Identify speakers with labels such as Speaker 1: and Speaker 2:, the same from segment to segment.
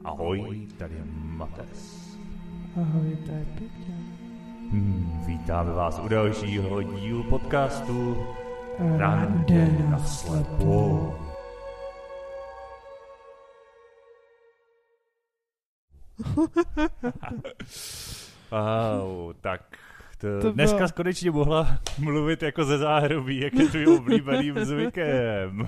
Speaker 1: Ahoj, tady je Mates.
Speaker 2: Ahoj, to je Peťa.
Speaker 1: Vítáme vás u dalšího dílu podcastu
Speaker 2: Rande na slepo.
Speaker 1: Tak dneska konečně mohla mluvit jako ze záhrobí, jak je tvým oblíbeným zvykem.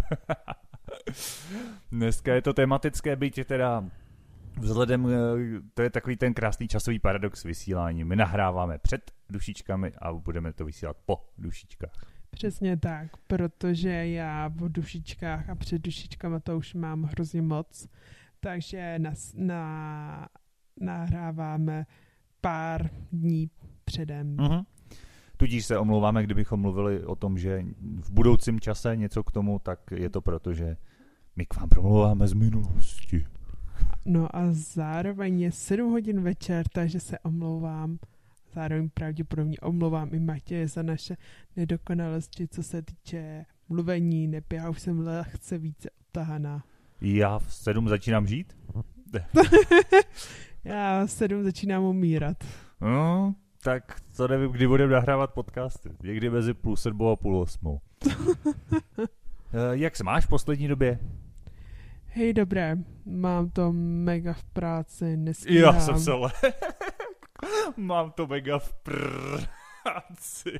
Speaker 1: Dneska je to tematické, byť teda vzhledem, to je takový ten krásný časový paradox vysílání. My nahráváme před dušičkami a budeme to vysílat po dušičkách.
Speaker 2: Přesně tak, protože já v dušičkách a před dušičkama to už mám hrozně moc, takže nahráváme pár dní předem.
Speaker 1: Mm-hmm. Tudíž se omlouváme, kdybychom mluvili o tom, že v budoucím čase něco k tomu, tak je to proto, že my k vám promlouváme z minulosti.
Speaker 2: No a zároveň je 7 hodin večer, takže se omlouvám. Zároveň pravděpodobně omlouvám i Matěje za naše nedokonalosti, co se týče mluvení, já už jsem lehce více otahaná.
Speaker 1: Já v 7 začínám žít?
Speaker 2: Já v 7 začínám umírat.
Speaker 1: No, tak to nevím, kdy budeme nahrávat podcasty. Někdy mezi 7:30 a 7:30. Jak se máš v poslední době?
Speaker 2: Hej, dobré, mám to mega v práci, nestíhám.
Speaker 1: Já jsem se mám to mega v práci.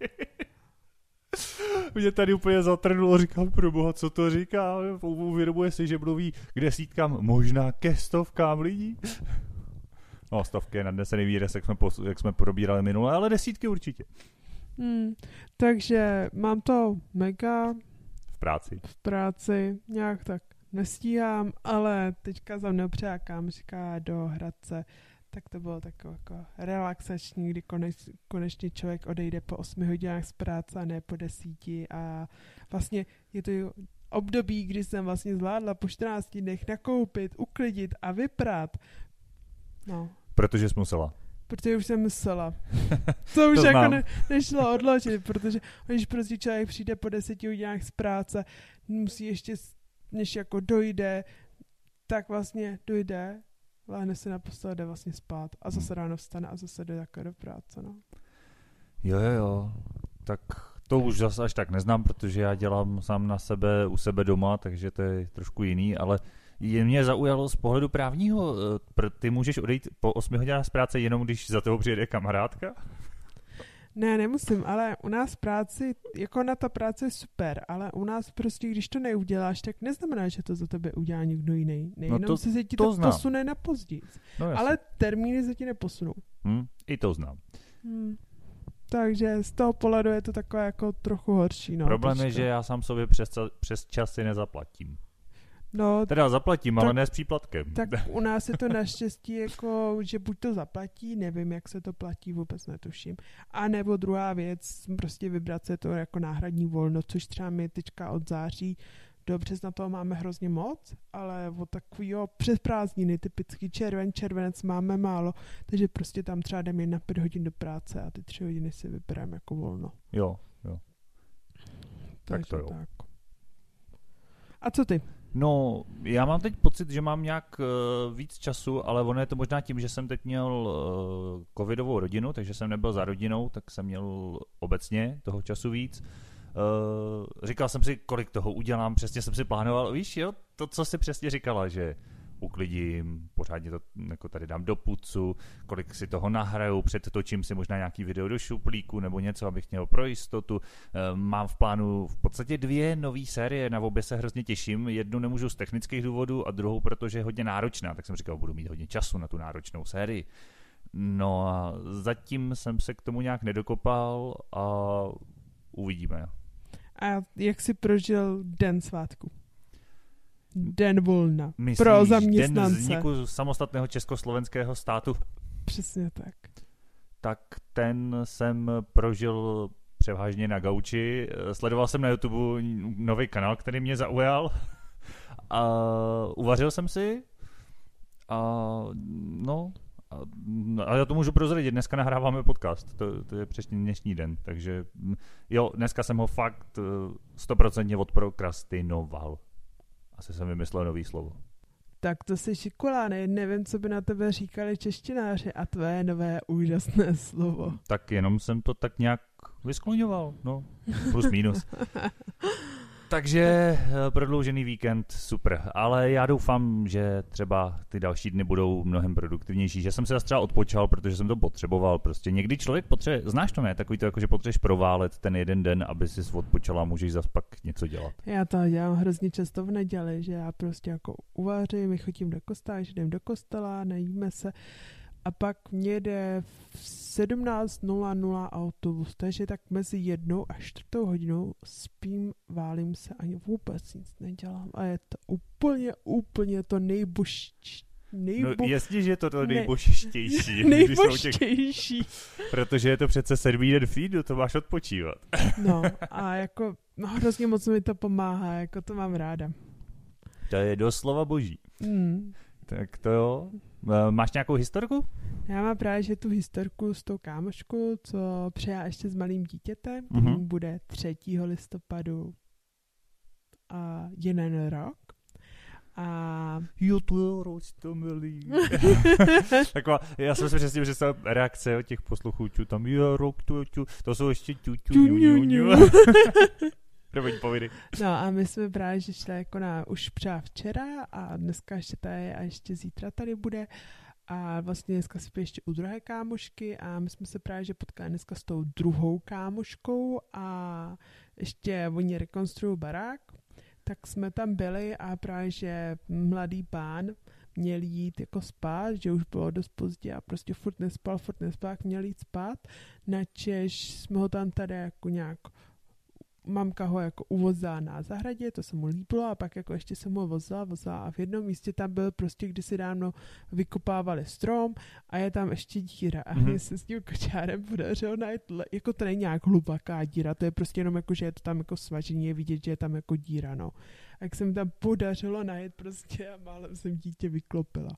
Speaker 1: Mě tady úplně zatrnulo, říkám, proboha, co to říká? Uvědomuje si, že mluví k desítkám, možná ke stovkám lidí. No, stovky je nadnesený výraz, jak jsme probírali minule, ale desítky určitě.
Speaker 2: Takže mám to mega
Speaker 1: v práci,
Speaker 2: nějak tak nestíhám, ale teďka za mnou přákám, říká do Hradce, tak to bylo takové jako relaxační, kdy konečně člověk odejde po 8 hodinách z práce a ne po 10 a vlastně je to období, kdy jsem vlastně zvládla po 14 dnech nakoupit, uklidit a vyprat. No.
Speaker 1: Protože jsi musela.
Speaker 2: Protože už jsem musela. To už jako nešlo odložit, protože když prostě člověk přijde po 10 hodinách z práce, musí ještě, než jako dojde, tak vlastně dojde, láhne se na postel, jde vlastně spát a zase ráno vstane a zase jde takhle do práce, no.
Speaker 1: Jo, tak to už zase až tak neznám, protože já dělám sám na sebe, u sebe doma, takže to je trošku jiný, ale mě zaujalo z pohledu právního, ty můžeš odejít po 8 hodinách z práce jenom, když za tebou přijede kamarádka? Ne,
Speaker 2: nemusím, ale u nás práci, jako na ta práce je super, ale u nás prostě, když to neuděláš, tak neznamená, že to za tebe udělá někdo jiný. Nejenom se ti to posune na později.
Speaker 1: No,
Speaker 2: ale termíny se ti neposunou.
Speaker 1: I to znám.
Speaker 2: Takže z toho pohledu je to takové jako trochu horší. No,
Speaker 1: problém je, že já sám sobě přes časy nezaplatím.
Speaker 2: No,
Speaker 1: teda zaplatím, tak, ale ne s příplatkem.
Speaker 2: Tak u nás je to naštěstí jako, že buď to zaplatí, nevím, jak se to platí, vůbec netuším. A nebo druhá věc, prostě vybrat se to jako náhradní volno, což třeba my teďka od září do března toho máme hrozně moc, ale od takovýho přes prázdniny, typicky červenec máme málo, takže prostě tam třeba jdeme na 5 hodin do práce a ty 3 hodiny si vybereme jako volno.
Speaker 1: Jo.
Speaker 2: Takže
Speaker 1: tak to jo.
Speaker 2: Tak. A co ty?
Speaker 1: No, já mám teď pocit, že mám nějak víc času, ale ono je to možná tím, že jsem teď měl covidovou rodinu, takže jsem nebyl za rodinou, tak jsem měl obecně toho času víc. Říkal jsem si, kolik toho udělám, přesně jsem si plánoval, víš, jo, to, co jsi přesně říkala, že uklidím, pořádně to jako tady dám do pucu, kolik si toho nahraju, předtočím si možná nějaký video do šuplíku nebo něco, abych měl pro jistotu. Mám v plánu v podstatě 2 nové série, na obě se hrozně těším. Jednu nemůžu z technických důvodů a druhou, protože je hodně náročná, tak jsem říkal, budu mít hodně času na tu náročnou sérii. No a zatím jsem se k tomu nějak nedokopal a uvidíme.
Speaker 2: A jak jsi prožil den svátku? Den volna.
Speaker 1: Myslíš,
Speaker 2: pro zaměstnance.
Speaker 1: Den vzniku samostatného československého státu?
Speaker 2: Přesně tak.
Speaker 1: Tak ten jsem prožil převážně na gauči. Sledoval jsem na YouTube nový kanál, který mě zaujal. A uvařil jsem si. A já to můžu prozradit. Dneska nahráváme podcast. To je přesně dnešní den. Takže jo, dneska jsem ho fakt 100% odprokrastinoval. Asi jsem vymyslel nový slovo.
Speaker 2: Tak to jsi šikolány, nevím, co by na tebe říkali češtináři a tvé nové úžasné slovo.
Speaker 1: Tak jenom jsem to tak nějak vyskloňoval, no, plus minus. Takže prodloužený víkend, super, ale já doufám, že třeba ty další dny budou mnohem produktivnější, že jsem se zase třeba odpočal, protože jsem to potřeboval, prostě někdy člověk potřebuje, znáš to ne, takový to jako, že potřebuješ proválet ten jeden den, aby si odpočal a můžeš zase pak něco dělat.
Speaker 2: Já to dělám hrozně často v neděli, že já prostě jako uvařím, chodím do kostela, že jdem do kostela, najíme se a pak mě jde v 17:00 autobus, takže tak mezi 1 a 4 hodinou spím, válím se, ani vůbec nic nedělám a je to úplně to
Speaker 1: No jasně, že je to nejbožštější.
Speaker 2: Nejbožštější.
Speaker 1: Protože je to přece 7. den feedu, to máš odpočívat.
Speaker 2: No a jako hrozně moc mi to pomáhá, jako to mám ráda.
Speaker 1: To je doslova boží. Tak to jo. Máš nějakou historku?
Speaker 2: Já mám právě, že tu historku s tou kámoškou, co přijá ještě s malým dítětem, bude 3. listopadu a 1 rok. A
Speaker 1: jo, to je rostomilý. Taková, já jsem si přesně představil reakce od těch posluchačů, tam je rok, to jsou ještě povědy.
Speaker 2: No a my jsme právě, že šli jako už třeba včera a dneska ještě tady a ještě zítra tady bude a vlastně dneska si ještě u druhé kámošky a my jsme se právě, že potkali dneska s tou druhou kámoškou a ještě oni rekonstruují barák, tak jsme tam byli a právě, že mladý pán měl jít jako spát, že už bylo dost pozdě a prostě furt nespal, měl jít spát, načež jsme ho tam tady jako nějak mamka ho jako uvozila na zahradě, to se mu líbilo a pak jako ještě se mu vozila a v jednom místě tam byl prostě kdysi dávno vykopávali strom a je tam ještě díra a mě se s tím kočárem podařilo najít, jako to není nějak hluboká díra, to je prostě jenom jako, že je to tam jako svažení, je vidět, že je tam jako díra, no. A jak se mi tam podařilo najít prostě a málem jsem dítě vyklopila.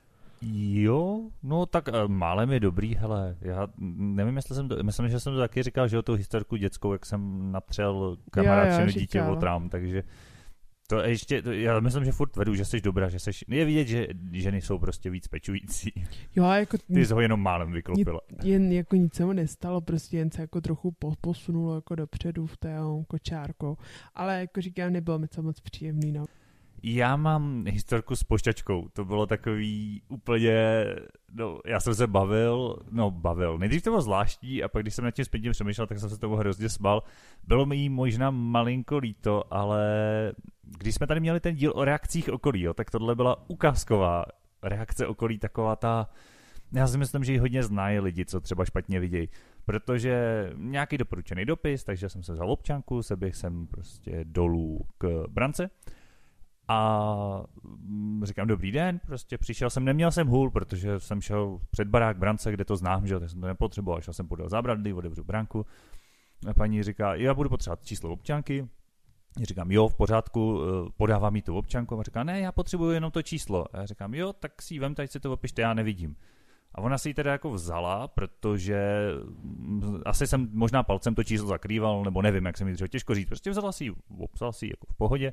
Speaker 1: Jo, no tak málem je dobrý, hele, já nevím, jestli jsem to, myslím, že jsem to taky říkal, že o tu historku dětskou, jak jsem natřel kamarádčinu dítě o trám, takže to ještě, já myslím, že furt vedu, že jsi dobrá, že je vidět, že ženy jsou prostě víc pečující.
Speaker 2: Jo, jako
Speaker 1: ty jsi ho jenom málem vyklopila.
Speaker 2: Jen jako nic se mu nestalo, prostě jen se jako trochu posunulo jako dopředu v té kočárkou, ale jako říkám, nebylo mi to moc příjemný, no.
Speaker 1: Já mám historku s pošťačkou, to bylo takový úplně, no já jsem se bavil, nejdřív to bylo zvláštní a pak když jsem nad tím zpětně přemýšlel, tak jsem se tomu hrozně smál, bylo mi jí možná malinko líto, ale když jsme tady měli ten díl o reakcích okolí, jo, tak tohle byla ukázková reakce okolí, taková ta, já si myslím, že ji hodně znají lidi, co třeba špatně vidějí, protože nějaký doporučený dopis, takže jsem se vzal občanku, seběhl jsem prostě dolů k brance. A říkám, dobrý den, prostě přišel jsem, neměl jsem hůl, protože jsem šel před barák brance, kde to znám, že tak jsem to nepotřeboval, šel jsem podél zábradlí, otevřu branku a paní říká, já budu potřebovat číslo občanky, říkám, jo, v pořádku, podávám jí tu občanku a říká, ne, já potřebuju jenom to číslo a já říkám, jo, tak si ji vemte, ať si to opište, já nevidím. A ona si ji teda jako vzala, protože asi jsem možná palcem to číslo zakrýval, nebo nevím, jak se mi dřív těžko říct, prostě vzala si ji, obsala si ji jako v pohodě.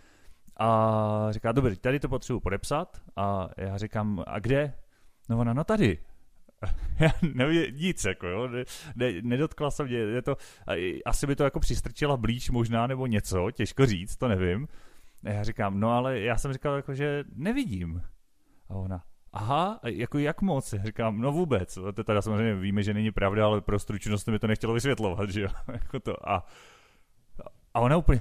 Speaker 1: A říká, dobrý, tady to potřebuji podepsat a já říkám, a kde? No ona, no tady. Já nevím, nic, jako jo, nedotkla jsem mě, je to, asi by to jako přistrčila blíž možná nebo něco, těžko říct, to nevím. A já říkám, no ale já jsem říkal, jako, že nevidím. A ona, aha, jako jak moc? Já říkám, no vůbec, to teda samozřejmě víme, že není pravda, ale pro stručnost mi to nechtělo vysvětlovat, že jo, jako to. A ona úplně...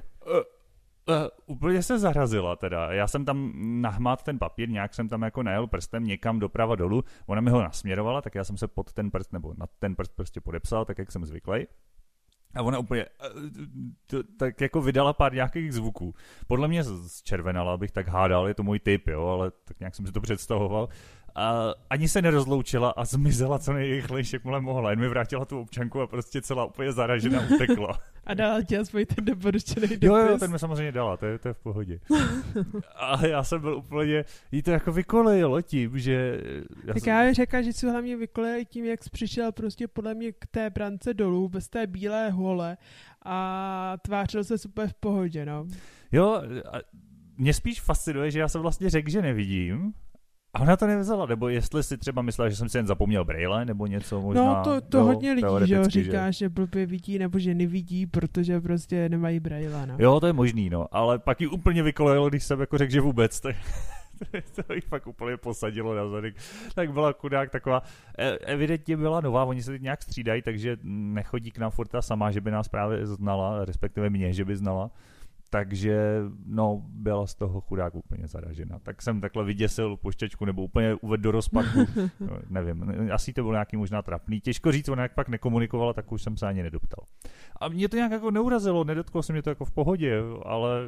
Speaker 1: Úplně se zarazila teda. Já jsem tam nahmát ten papír, nějak jsem tam jako najel prstem někam doprava dolů, ona mi ho nasměrovala, tak já jsem se pod ten prst nebo na ten prst prostě podepsal, tak jak jsem zvyklý. A ona úplně tak jako vydala pár nějakých zvuků. Podle mě zčervenala, abych tak hádal, je to můj typ, jo, ale tak nějak jsem si to představoval. A ani se nerozloučila a zmizela co nejrychleji, jakmile mohla. Jen mi vrátila tu občanku a prostě celá úplně zaražená utekla.
Speaker 2: A dala ti aspoň ten doporučený dopis.
Speaker 1: Jo, ten mi samozřejmě dala, to je v pohodě. Ale já jsem byl úplně, jí to jako vykolejilo tím, že...
Speaker 2: Já bych řekla, že si hlavně vykolejil tím, jak jsi přišel prostě podle mě k té brance dolů, bez té bílé hole a tvářil se super v pohodě, no.
Speaker 1: Jo, mě spíš fascinuje, že já jsem vlastně řekl, že nevidím, a ona to nevzala, nebo jestli si třeba myslela, že jsem si jen zapomněl brejle, nebo něco možná.
Speaker 2: No to hodně lidí, že jo, říká, že blbě vidí, nebo že nevidí, protože prostě nemají brejle, no.
Speaker 1: Jo, to je možný, no, ale pak ji úplně vykolejilo, když jsem jako řekl, že vůbec, tak to jich fakt úplně posadilo na zadek. Tak byla chudák taková, evidentně byla nová, oni se teď nějak střídají, takže nechodí k nám furt ta sama, že by nás právě znala, respektive mě, že by znala. Takže no, byla z toho chudák úplně zaražena. Tak jsem takhle vyděsil puštěčku nebo úplně uvedl do rozpadu. No, nevím, asi to bylo nějaký možná trapný. Těžko říct, ona jak pak nekomunikovala, tak už jsem se ani nedoptal. A mě to nějak jako neurazilo, nedotklo se mě to jako v pohodě, ale...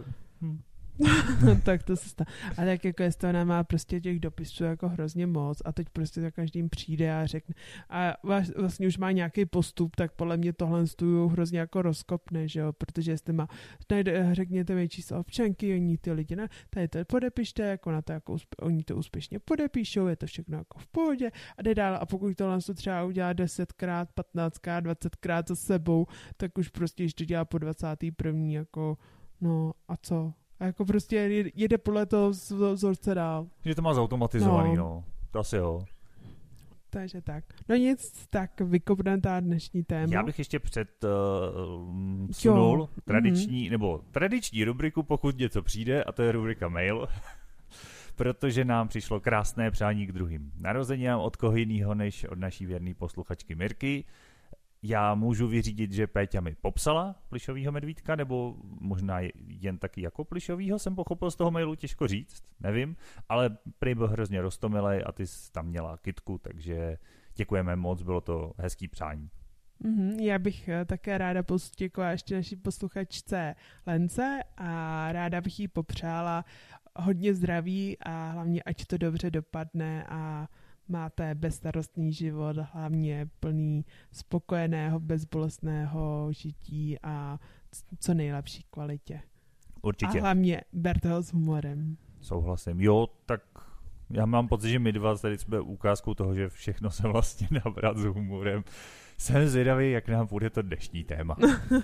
Speaker 2: Tak to se stane. A tak jako jestli ona má prostě těch dopisů jako hrozně moc a teď prostě za každým přijde a řekne a vlastně už má nějaký postup, tak podle mě tohle stuju hrozně jako rozkopne, že jo, protože jestli má, řekněte mi číslo občanky, oni ty lidi, tady to podepište, jako na to, jako oni to úspěšně podepíšou, je to všechno jako v pohodě a jde dál a pokud tohle to třeba udělá 10krát, 15krát, 20krát za sebou, tak už prostě ještě dělá po 21. jako no a co? A jako prostě jede podle toho vzorce dál.
Speaker 1: Že to má zautomatizovaný, no. To asi jo.
Speaker 2: Takže tak. No nic, tak vykopneme ta dnešní téma.
Speaker 1: Já bych ještě sunul tradiční rubriku, pokud něco přijde, a to je rubrika mail, protože nám přišlo krásné přání k druhým narozeninám od koho jinýho, než od naší věrné posluchačky Mirky. Já můžu vyřídit, že Péťa mi popsala plišovýho medvídka, nebo možná jen taky jako plišovýho, jsem pochopil z toho mailu, těžko říct, nevím, ale prý byl hrozně roztomilej a ty jsi tam měla kytku, takže děkujeme moc, bylo to hezký přání.
Speaker 2: Já bych také ráda poděkovala ještě naší posluchačce Lence a ráda bych jí popřála hodně zdraví a hlavně ať to dobře dopadne a máte bezstarostný život, hlavně plný spokojeného, bezbolestného žití a co nejlepší kvalitě.
Speaker 1: Určitě.
Speaker 2: A hlavně berte ho s humorem.
Speaker 1: Souhlasím. Jo, tak já mám pocit, že my dva tady jsme ukázkou toho, že všechno se vlastně dá brát s humorem. Jsem zvědavý, jak nám bude to dnešní téma.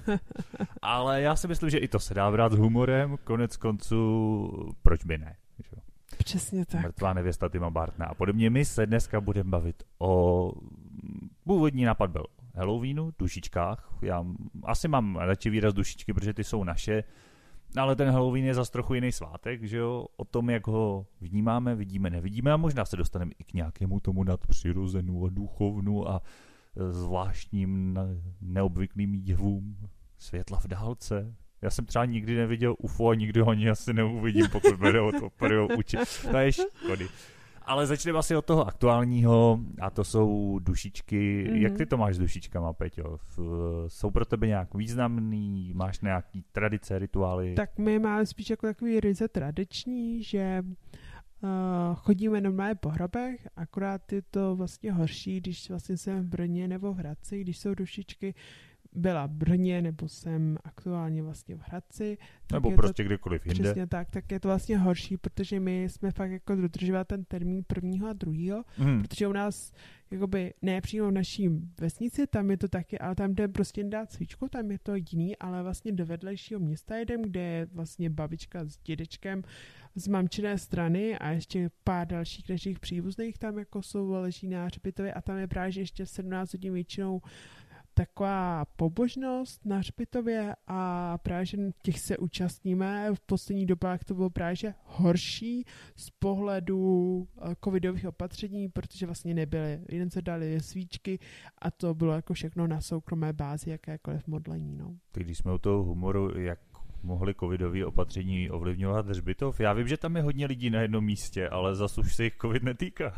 Speaker 1: Ale já si myslím, že i to se dá brát s humorem, konec konců, proč by ne?
Speaker 2: Přesně tak.
Speaker 1: Mrtvá nevěsta Tima Bartona a podobně. My se dneska budeme bavit o... Původní nápad byl Halloweenu, dušičkách. Já asi mám radši výraz dušičky, protože ty jsou naše, ale ten Halloween je zase trochu jiný svátek, že jo? O tom, jak ho vnímáme, vidíme, nevidíme a možná se dostaneme i k nějakému tomu nadpřirozenu a duchovnu a zvláštním neobvyklým jevům světla v dálce. Já jsem třeba nikdy neviděl UFO a nikdy ho ani asi neuvidím, pokud bude o to učit. To je škody. Ale začneme asi od toho aktuálního a to jsou dušičky. Jak ty to máš s dušičkama, Peťo? Jsou pro tebe nějak významný? Máš nějaký tradice, rituály?
Speaker 2: Tak my máme spíš jako takový ryze tradiční, že chodíme normálně po hrobech, akorát je to vlastně horší, když vlastně jsem v Brně nebo v Hradci, když jsou dušičky, byla v Brně, nebo jsem aktuálně vlastně v Hradci.
Speaker 1: Nebo prostě kdekoliv jinde.
Speaker 2: Přesně tak je to vlastně horší, protože my jsme fakt jako dodržovat ten termín 1. a 2. Protože u nás, jakoby ne přímo v naší vesnici, tam je to taky, ale tam jde prostě dát svíčku, tam je to jiný, ale vlastně do vedlejšího města jedem, kde je vlastně babička s dědečkem z mamčiné strany a ještě pár dalších našich příbuzných tam jako jsou, leží na hřbitově a tam je právě ještě 17 hodin většinou taková pobožnost na hřbitově a právě, že těch se účastníme. V posledních dobách to bylo právě, že horší z pohledu covidových opatření, protože vlastně nebyly. Jen se dali svíčky a to bylo jako všechno na soukromé bázi, jakékoliv modlení. No.
Speaker 1: Tak když jsme u toho humoru, jak mohli covidové opatření ovlivňovat hřbitov? Já vím, že tam je hodně lidí na jednom místě, ale zase už se jich covid netýká.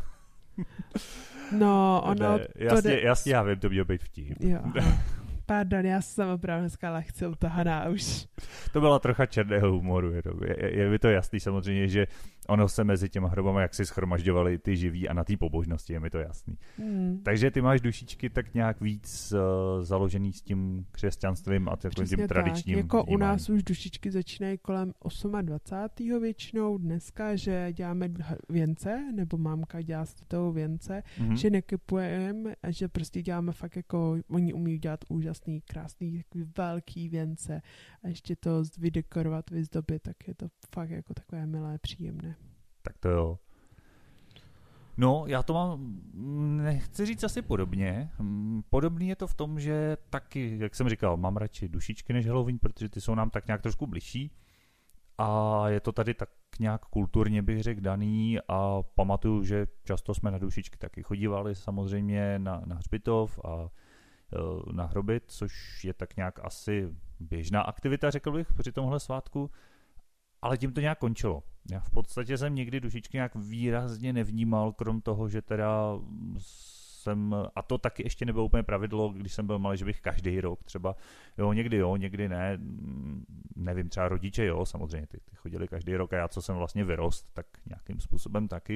Speaker 2: No, ono...
Speaker 1: Ne, jasně, já vím, to měl být vtip.
Speaker 2: Jo, pardon, já jsem opravdu dneska lehce utahaná už.
Speaker 1: To byla trocha černého humoru. Je mi to jasný samozřejmě, že ono se mezi těma hrobama jaksi schromažďovaly ty živí a na té pobožnosti, je mi to jasný. Takže ty máš dušičky tak nějak víc založený s tím křesťanstvím a tím tradičním
Speaker 2: jako
Speaker 1: vnímáním.
Speaker 2: U nás už dušičky začínají kolem 28. většinou dneska, že děláme věnce, nebo mámka dělá s toho věnce, že nekypujeme a že prostě děláme fakt jako, oni umí dělat úžasný, krásný, takový velký věnce a ještě to vydekorovat, vyzdobit, tak je to fakt jako takové milé, příjemné.
Speaker 1: Tak to jo. No, já to mám, nechci říct asi podobně. Podobný je to v tom, že taky, jak jsem říkal, mám radši dušičky než Halloween, protože ty jsou nám tak nějak trošku bližší. A je to tady tak nějak kulturně, bych řekl, daný a pamatuju, že často jsme na dušičky taky chodívali samozřejmě na hřbitov a na hroby, což je tak nějak asi běžná aktivita, řekl bych, při tomhle svátku. Ale tím to nějak končilo. Já v podstatě jsem nikdy dušičky nějak výrazně nevnímal, krom toho, že teda jsem, a to taky ještě nebylo úplně pravidlo, když jsem byl malý, že bych každý rok třeba, jo, někdy ne, nevím, třeba rodiče, jo, samozřejmě, ty chodili každý rok a já, co jsem vlastně vyrost, tak nějakým způsobem taky.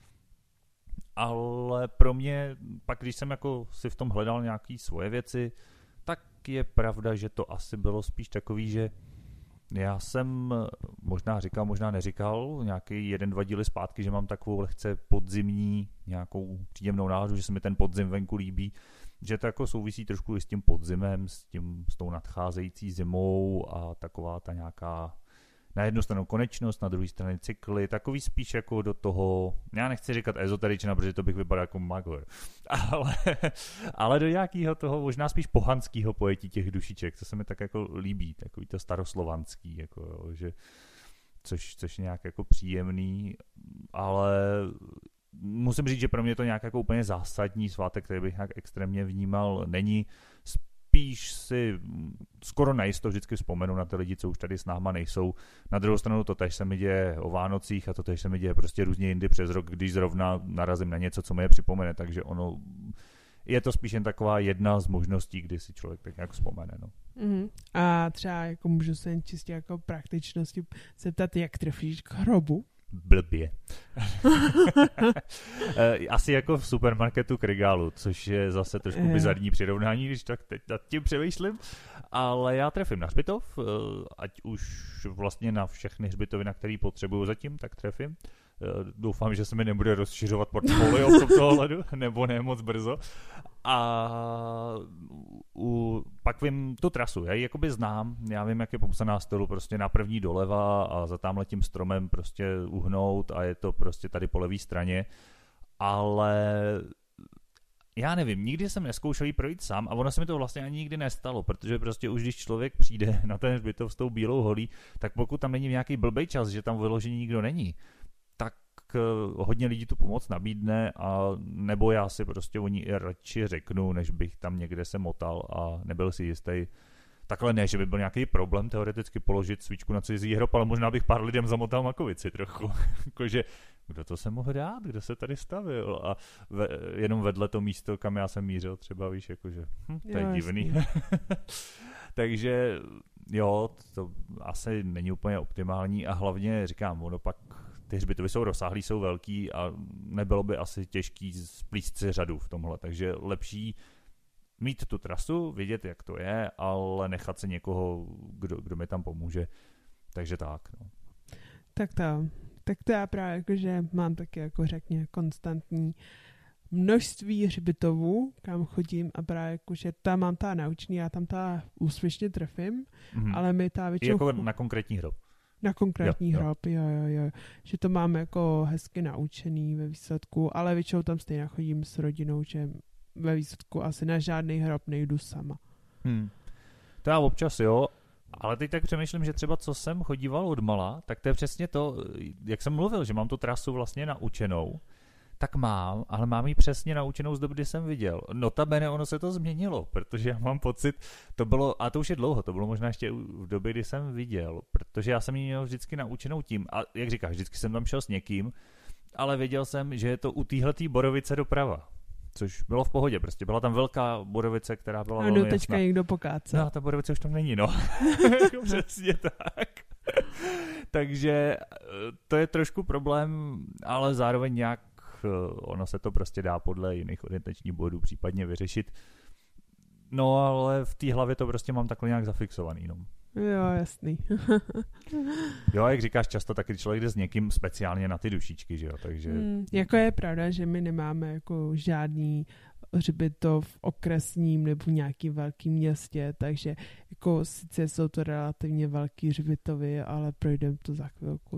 Speaker 1: Ale pro mě, pak když jsem jako si v tom hledal nějaký svoje věci, tak je pravda, že to asi bylo spíš takový, že já jsem možná říkal, možná neříkal, nějaký 1-2 díly zpátky, že mám takovou lehce podzimní nějakou příjemnou náladu, že se mi ten podzim venku líbí, že to jako souvisí trošku i s tím podzimem, s tou nadcházející zimou a taková ta nějaká na jednu stranu konečnost, na druhé straně cykly, takový spíš jako do toho, já nechci říkat ezoterična, protože to bych vypadal jako magor, ale do nějakého toho možná spíš pohanského pojetí těch dušiček, co se mi tak jako líbí, takový to staroslovanský, jako jo, že což nějak jako příjemný, ale musím říct, že pro mě to nějak jako úplně zásadní svátek, který bych nějak extrémně vnímal, není. Spíš si skoro najisto vždycky vzpomenu na ty lidi, co už tady s náma nejsou. Na druhou stranu to tež se mi děje o Vánocích a to tež se mi děje prostě různě jindy přes rok, když zrovna narazím na něco, co mi je připomene, takže ono je to spíš jen taková jedna z možností, kdy si člověk tak nějak vzpomene. No.
Speaker 2: A třeba jako můžu se jen čistě jako praktičnosti zeptat, jak trefíš k hrobu?
Speaker 1: Blbě. Asi jako v supermarketu k regálu, což je zase trošku bizarní přirovnání, když tak teď nad tím přemýšlím, ale já trefím na hřbitov, ať už vlastně na všechny hřbitovy, na který potřebuju zatím, tak trefím. Doufám, že se mi nebude rozšiřovat portfolio v tomto ohledu, nebo ne moc brzo. A pak vím tu trasu, já ji jakoby znám, já vím, jak je popsaná stolu prostě na první doleva a za támhletím stromem prostě uhnout a je to prostě tady po levé straně, ale já nevím, nikdy jsem neskoušel jí projít sám a ono se mi to vlastně ani nikdy nestalo, protože prostě už když člověk přijde na ten hřbitov s tou bílou holí, tak pokud tam není nějaký blbej čas, že tam vyložený nikdo není, tak hodně lidí tu pomoc nabídne a nebo já si prostě o ní radši řeknu, než bych tam někde se motal a nebyl si jistý. Takhle ne, že by byl nějaký problém teoreticky položit svíčku na cizí hrob, ale možná bych pár lidem zamotal makovici trochu. Jakože, kdo to se mohl dát, kdo se tady stavil a jenom vedle to místo, kam já jsem mířil třeba, víš, jakože, to je divný. Takže jo, to asi není úplně optimální a hlavně říkám, ono pak ty hřbitovy jsou rozsáhlý, jsou velký a nebylo by asi těžký splíst si řadu v tomhle, takže lepší mít tu trasu, vidět, jak to je, ale nechat se někoho, kdo mi tam pomůže, takže tak. No.
Speaker 2: Tak to já právě jakože mám taky jako řekně konstantní množství hřbitovů, kam chodím a právě jakože tam mám ta naučný, já tam ta úspěšně trefím, ale my ta většinou...
Speaker 1: Jako na konkrétní hrob.
Speaker 2: Na konkrétní hrob, jo. Že to máme jako hezky naučený ve výsledku, ale většinou tam stejně chodím s rodinou, že ve výsledku asi na žádný hrob nejdu sama.
Speaker 1: To já občas jo, ale teď tak přemýšlím, že třeba co jsem chodíval odmala, tak to je přesně to, jak jsem mluvil, že mám tu trasu vlastně naučenou, tak mám, ale mám ji přesně naučenou z doby, kdy jsem viděl. Notabene ono se to změnilo, protože já mám pocit, to bylo, a to už je dlouho, to bylo možná ještě v době, kdy jsem viděl, protože já jsem ji měl vždycky naučenou tím, a jak říkáš, vždycky jsem tam šel s někým, ale věděl jsem, že je to u téhletý borovice doprava. Což bylo v pohodě, prostě byla tam velká borovice, která byla velmi jasná.
Speaker 2: Teďka někdo pokáce.
Speaker 1: No, ta borovice už tam není, no. Přesně tak. Takže to je trošku problém, ale zároveň nějak ono se to prostě dá podle jiných orientačních bodů případně vyřešit. No ale v té hlavě to prostě mám takhle nějak zafixovaný. No.
Speaker 2: Jo, jasný.
Speaker 1: Jo, jak říkáš, často taky člověk jde s někým speciálně na ty dušičky, že jo, takže...
Speaker 2: Jako je pravda, že my nemáme jako žádný hřbitov okresním nebo v nějakým velkým městě, takže jako sice jsou to relativně velký hřbitovy, ale projdeme to za chvilku,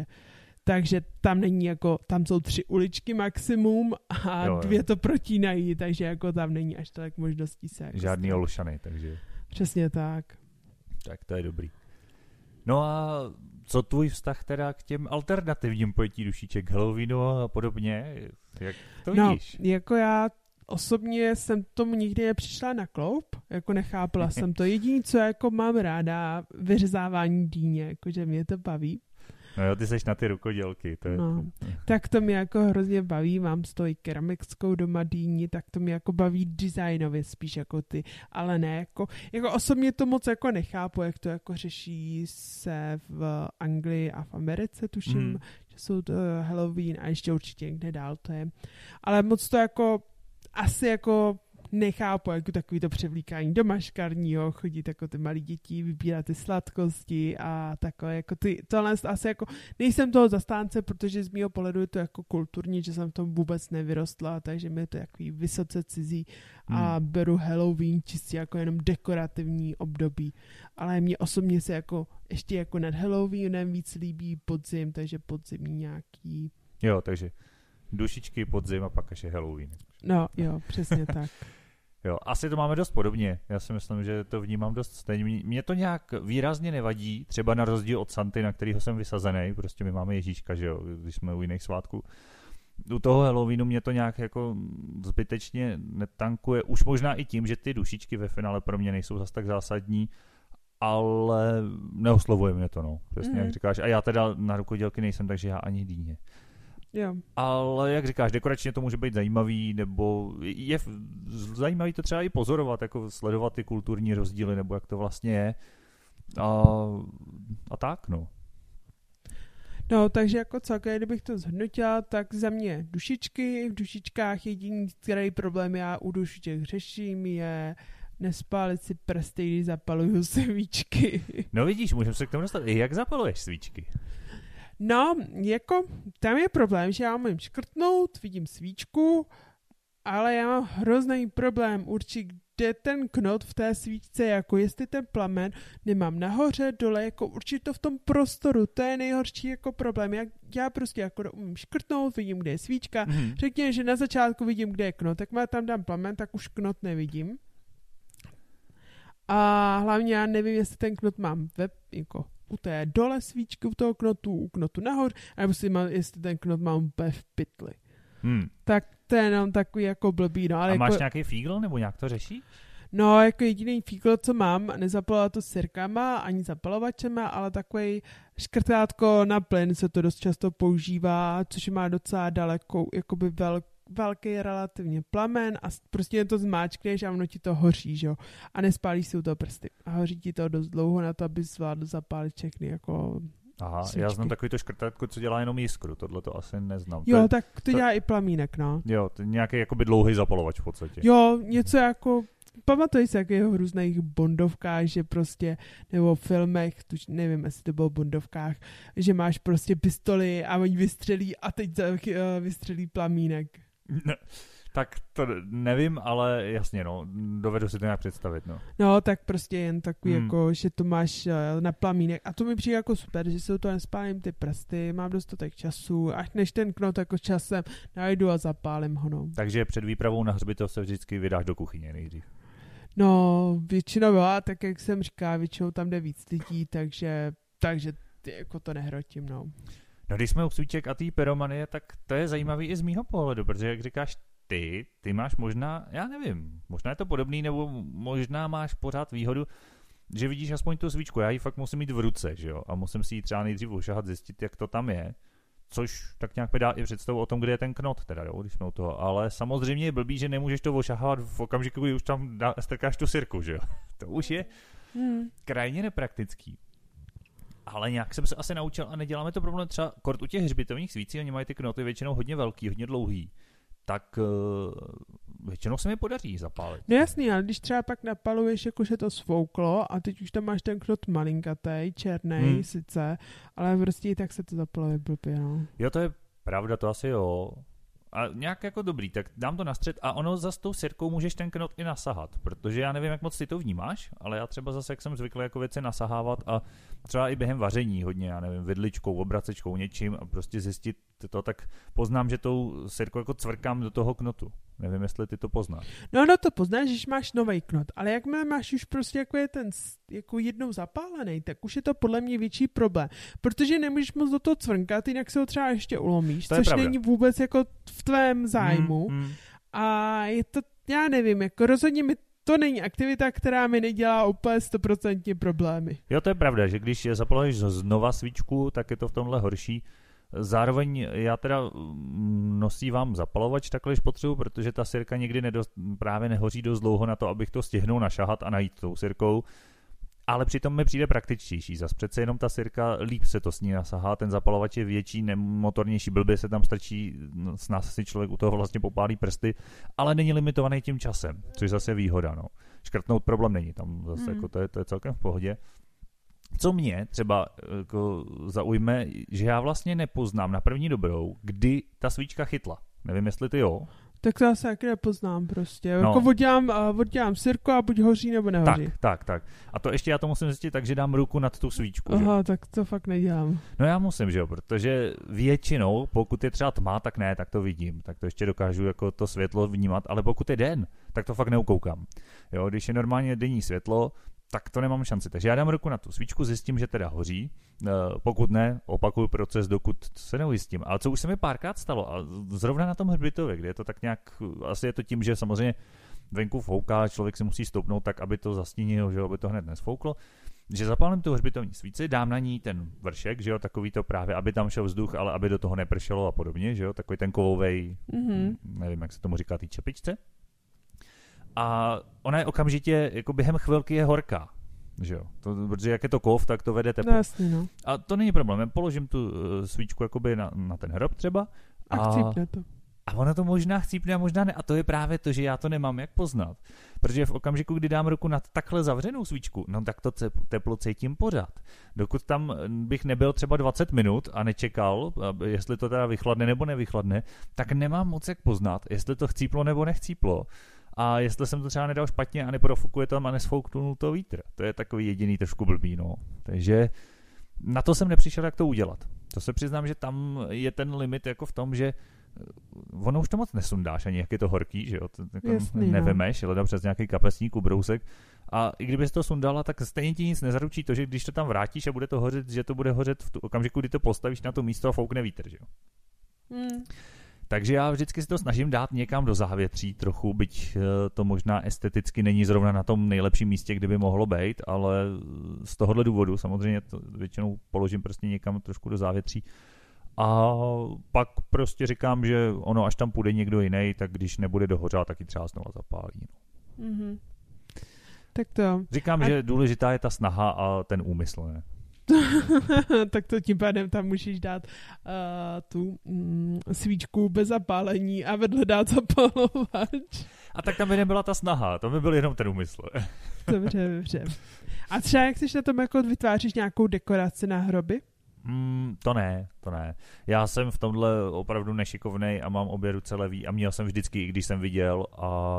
Speaker 2: takže tam není jako, tam jsou 3 uličky maximum a jo. 2 to protínají, takže jako tam není až tolik možností se jako
Speaker 1: žádný Olšany, takže...
Speaker 2: Přesně tak.
Speaker 1: Tak to je dobrý. No a co tvůj vztah teda k těm alternativním pojetí dušiček, Halloweenu a podobně? Jak to vidíš?
Speaker 2: No, jako já osobně jsem tomu nikdy nepřišla na kloup, jako nechápala jsem to. Jediné, co jako mám ráda, vyřezávání dýně, jakože mě to baví.
Speaker 1: No jo, ty seš na ty rukodělky. To je...
Speaker 2: No, tak to mě jako hrozně baví, mám z toho i keramickou doma dýni, tak to mě jako baví designově spíš jako ty, ale ne, jako osobně to moc jako nechápu, jak to jako řeší se v Anglii a v Americe, tuším, že jsou to Halloween a ještě určitě někde dál to je, ale moc to jako asi jako nechápu, jako takový to převlíkání do maškarního, chodí jako ty malí děti, vybírat ty sladkosti a takové, jako tohle asi jako, nejsem toho zastánce, protože z mýho pohledu je to jako kulturní, že jsem v tom vůbec nevyrostla, takže mi je to takový vysoce cizí a beru Halloween čistě jako jenom dekorativní období, ale mě osobně se jako, ještě jako nad Halloweenem víc líbí podzim, takže podzimní nějaký...
Speaker 1: Jo, takže dušičky, podzim a pak až je Halloween.
Speaker 2: No, jo, přesně tak.
Speaker 1: Jo, asi to máme dost podobně. Já si myslím, že to vnímám dost stejně. Mně to nějak výrazně nevadí, třeba na rozdíl od Santy, na kterýho jsem vysazený. Prostě my máme Ježíška, že jo, když jsme u jiných svátků. U toho Halloweenu mě to nějak jako zbytečně netankuje. Už možná i tím, že ty dušičky ve finále pro mě nejsou zas tak zásadní, ale neoslovuje mě to, no. Přesně jak říkáš. A já teda na rukodělky nejsem, takže já ani dýně.
Speaker 2: Jo.
Speaker 1: Ale jak říkáš, dekoračně to může být zajímavý, nebo je zajímavý to třeba i pozorovat, jako sledovat ty kulturní rozdíly, nebo jak to vlastně je. A tak, no.
Speaker 2: No, takže jako celkem, kdybych to zhodnotila, tak za mě dušičky, v dušičkách jediný, který problém já u dušiček řeším, je nespálit si prsty, když zapaluju svíčky.
Speaker 1: No vidíš, můžeme se k tomu dostat. Jak zapaluješ svíčky?
Speaker 2: No, jako tam je problém, že já můžu škrtnout, vidím svíčku, ale já mám hrozný problém určit, kde ten knot v té svíčce, jako jestli ten plamen nemám nahoře, dole, jako určit to v tom prostoru, to je nejhorší jako problém. Já prostě jako umím škrtnout, vidím, kde je svíčka, řekněme, že na začátku vidím, kde je knot, tak má tam dám plamen, tak už knot nevidím. A hlavně já nevím, jestli ten knot mám jako u té dole svíčky, u toho knotu, u knotu nahoře, nebo jestli ten knot mám úplně v pytli. Tak to je jenom takový jako blbý. No, ale
Speaker 1: a máš
Speaker 2: jako,
Speaker 1: nějaký fígl, nebo nějak to řeší?
Speaker 2: No, jako jediný fígl, co mám, nezapalovala to sirkama, ani zapalovačema, ale takový škrtátko na plyn se to dost často používá, což má docela dalekou, jakoby velký relativně plamen a prostě jen to zmáčkneš a ono ti to hoří, že jo? A nespálíš si u toho prsty. A hoří ti to dost dlouho na to, aby zvládl zapálit všechny jako
Speaker 1: Aha, svíčky. Já znám takový to škrtátko, co dělá jenom jiskru, tohle to asi neznám.
Speaker 2: Jo, tak to dělá i plamínek, no.
Speaker 1: Jo, to je nějaký jakoby dlouhý zapalovač v podstatě.
Speaker 2: Jo, něco jako, pamatuj se, jakého v různých bondovkách, že prostě, nebo v filmech, tuž nevím, jestli to bylo v bondovkách, že máš prostě pistoli a oni vystřelí a teď vystřelí plamínek.
Speaker 1: Ne, tak to nevím, ale jasně, no, dovedu si to nějak představit, no.
Speaker 2: No, tak prostě jen takový, jako, že to máš na plamínek a to mi přijde jako super, že se u toho nespálím ty prsty, mám dostatek času, až než ten knot jako časem najdu a zapálím ho, no.
Speaker 1: Takže před výpravou na hřbitov se vždycky vydáš do kuchyně nejdřív.
Speaker 2: No, většinou byla, tak jak jsem říkal, většinou tam jde víc lidí, takže jako to nehrotím, no.
Speaker 1: No, když jsme u svíček a té pyromanie, tak to je zajímavý i z mýho pohledu, protože jak říkáš ty máš možná, já nevím, možná je to podobný, nebo možná máš pořád výhodu, že vidíš aspoň tu svíčku, já ji fakt musím mít v ruce, že jo, a musím si ji třeba nejdřív ošahat, zjistit, jak to tam je, což tak nějak mi dá i představu o tom, kde je ten knot, teda jo, když jsme u toho, ale samozřejmě je blbý, že nemůžeš to ošahovat v okamžiku, kdy už tam strkáš tu sirku, že jo, to už je krajně nepraktický. ale nějak jsem se asi naučil a neděláme to problém třeba kort u těch hřbitovních svící, oni mají ty knoty většinou hodně velký, hodně dlouhý, tak většinou se mi podaří zapálit.
Speaker 2: No jasný, ale když třeba pak napaluješ, jakože to svouklo a teď už tam máš ten knot malinkatej, černej sice, ale prostě i tak se to zapaluje blbě, no.
Speaker 1: Jo, to je pravda, to asi jo. A nějak jako dobrý, tak dám to na střed a ono za s tou sirkou můžeš ten knot i nasahat, protože já nevím, jak moc ty to vnímáš, ale já třeba zase, jak jsem zvyklý jako věci nasahávat a třeba i během vaření hodně, já nevím, vidličkou, obracečkou, něčím a prostě zjistit to, tak poznám, že tou sirkou jako cvrkám do toho knotu. Nevím, jestli ty to poznáš.
Speaker 2: No to poznáš, když máš nový knot, ale jakmile máš už prostě jako je ten jako jednou zapálený, tak už je to podle mě větší problém, protože nemůžeš moc do toho cvrnkat, jinak se ho třeba ještě ulomíš, což není vůbec jako v tvém zájmu. A je to, já nevím, jako rozhodně mi to není aktivita, která mi nedělá úplně 100% problémy.
Speaker 1: Jo, to je pravda, že když zapaluješ znova svíčku, tak je to v tomhle horší. Zároveň já teda nosívám zapalovač takhle, když potřebuji, protože ta sirka někdy právě nehoří dost dlouho na to, abych to stihnul našahat a najít tou sirkou, ale přitom mi přijde praktičtější. Zas přece jenom ta sirka líp se to s ní nasahá, ten zapalovač je větší, nemotornější, blbě se tam strčí, s nás si člověk u toho vlastně popálí prsty, ale není limitovaný tím časem, což zase je výhoda. No. Škrtnout problém není, tam zase jako to je celkem v pohodě. Co mě třeba jako zaujme, že já vlastně nepoznám na první dobrou, kdy ta svíčka chytla. Nevím, jestli ty jo.
Speaker 2: Tak to asi taky nepoznám prostě. No. Jako oddělám sirku a buď hoří nebo nehoří.
Speaker 1: Tak. A to ještě já to musím zjistit tak, že dám ruku nad tu svíčku.
Speaker 2: Aha,
Speaker 1: že?
Speaker 2: Tak to fakt nedělám.
Speaker 1: No já musím, že jo, protože většinou, pokud je třeba tma, tak ne, tak to vidím. Tak to ještě dokážu jako to světlo vnímat, ale pokud je den, tak to fakt neukoukám. Jo, když je normálně denní světlo, tak to nemám šanci. Takže já dám ruku na tu svíčku, zjistím, že teda hoří. Pokud ne, opakuju proces, dokud se neujistím. Ale co už se mi párkrát stalo, a zrovna na tom hřbitově, kde je to tak nějak, asi je to tím, že samozřejmě venku fouká, člověk si musí stoupnout tak, aby to zastínilo, že aby to hned nesfouklo, že zapálím tu hřbitovní svíci, dám na ní ten vršek, že jo, takový to právě, aby tam šel vzduch, ale aby do toho nepršelo a podobně, že jo, takový ten kovovej, nevím, jak se tomu říká, té čepičce. A ona je okamžitě, jako během chvilky je horká, že jo, protože jak je to kov, tak to vede teplo.
Speaker 2: No, jasný, no.
Speaker 1: A to není problém, já položím tu svíčku jakoby na ten hrob třeba.
Speaker 2: A chcípne to.
Speaker 1: A ona to možná chcípne a možná ne. A to je právě to, že já to nemám jak poznat. Protože v okamžiku, kdy dám ruku na takhle zavřenou svíčku, no tak to teplo cítím pořád. Dokud tam bych nebyl třeba 20 minut a nečekal, jestli to teda vychladne nebo nevychladne, tak nemám moc jak poznat, jestli to chcíplo nebo nechcíplo. A jestli jsem to třeba nedal špatně a neprofukuje tam a nesfouknul to vítr. To je takový jediný trošku blbý, no. Takže na to jsem nepřišel, jak to udělat. To se přiznám, že tam je ten limit jako v tom, že ono už to moc nesundáš, ani jak je to horký, že jo, to jako nevemeš, ale přes nějaký kapesník, ubrousek. A i kdybys to sundala, tak stejně ti nic nezaručí to, že když to tam vrátíš a bude to hořet, že to bude hořet v tu okamžiku, kdy to postavíš na to místo a foukne vítr, že jo. Takže já vždycky si to snažím dát někam do závětří trochu, byť to možná esteticky není zrovna na tom nejlepším místě, kde by mohlo být, ale z tohohle důvodu samozřejmě to většinou položím prostě někam trošku do závětří. A pak prostě říkám, že ono, až tam půjde někdo jiný, tak když nebude dohořát, tak ji třeba znova zapálí. No.
Speaker 2: Mm-hmm. Tak to.
Speaker 1: Říkám, že důležitá je ta snaha a ten úmysl, ne?
Speaker 2: Tak to tím pádem tam můžeš dát tu svíčku bez zapálení a vedle dát zapalovač.
Speaker 1: A tak tam by nebyla ta snaha, to by byl jenom ten úmysl.
Speaker 2: Dobře. A třeba jak jsi na tom, jako vytváříš nějakou dekoraci na hroby?
Speaker 1: To ne. Já jsem v tomhle opravdu nešikovnej a mám obě ruce levý a měl jsem vždycky, i když jsem viděl a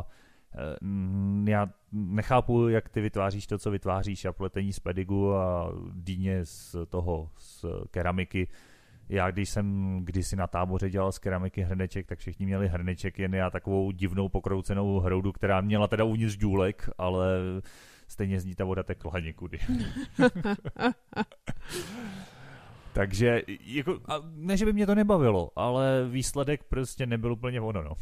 Speaker 1: já nechápu, jak ty vytváříš to, co vytváříš a pletení z pedigu a dýně z keramiky. Já když jsem kdysi na táboře dělal z keramiky hrneček, tak všichni měli hrneček, jen já takovou divnou pokroucenou hroudu, která měla teda uvnitř důlek, ale stejně z ní ta voda tekla někudy. Takže, jako, ne, že by mě to nebavilo, ale výsledek prostě nebyl úplně ono, no.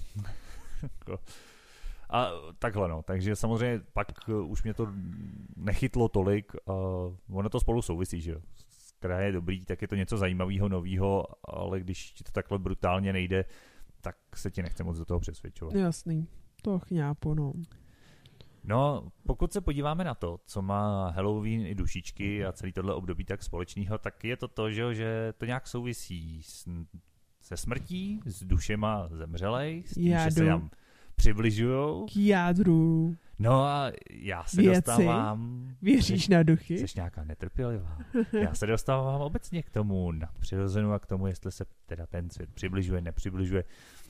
Speaker 1: A takhle, no. Takže samozřejmě pak už mě to nechytlo tolik. Ono to spolu souvisí, že jo. Která je dobrý, tak je to něco zajímavého, nového, ale když ti to takhle brutálně nejde, tak se ti nechce moc do toho přesvědčovat.
Speaker 2: Jasný. To chňápu, no.
Speaker 1: No, pokud se podíváme na to, co má Halloween i dušičky a celý tohle období tak společného, tak je to, že to nějak souvisí se smrtí, s dušema zemřelej, s tím, že se nám přibližujou.
Speaker 2: K jádru.
Speaker 1: No a já se dostávám...
Speaker 2: Věříš na duchy?
Speaker 1: Jsi nějaká netrpělivá. Já se dostávám obecně k tomu nadpřirozenu a k tomu, jestli se teda ten svět přibližuje, nepřibližuje.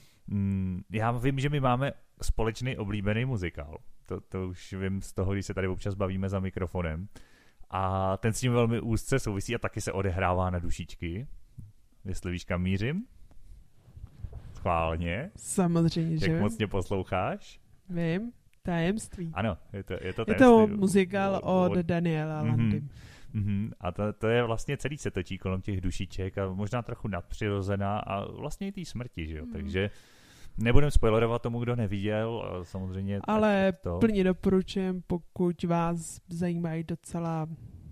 Speaker 1: Já vím, že my máme společný oblíbený muzikál. To už vím z toho, když se tady občas bavíme za mikrofonem. A ten s tím velmi úzce souvisí a taky se odehrává na dušičky. Jestli víš, kam mířím? Schválně.
Speaker 2: Samozřejmě, že
Speaker 1: jak moc mě posloucháš?
Speaker 2: Vím. Tajemství.
Speaker 1: Ano, je to tajemství.
Speaker 2: Je to muzikál od Daniela Landy.
Speaker 1: A to je vlastně celý se točí kolem těch dušiček a možná trochu nadpřirozená a vlastně i té smrti, že jo? Takže nebudem spoilerovat tomu, kdo neviděl, samozřejmě.
Speaker 2: Ale plně doporučujem, pokud vás zajímají docela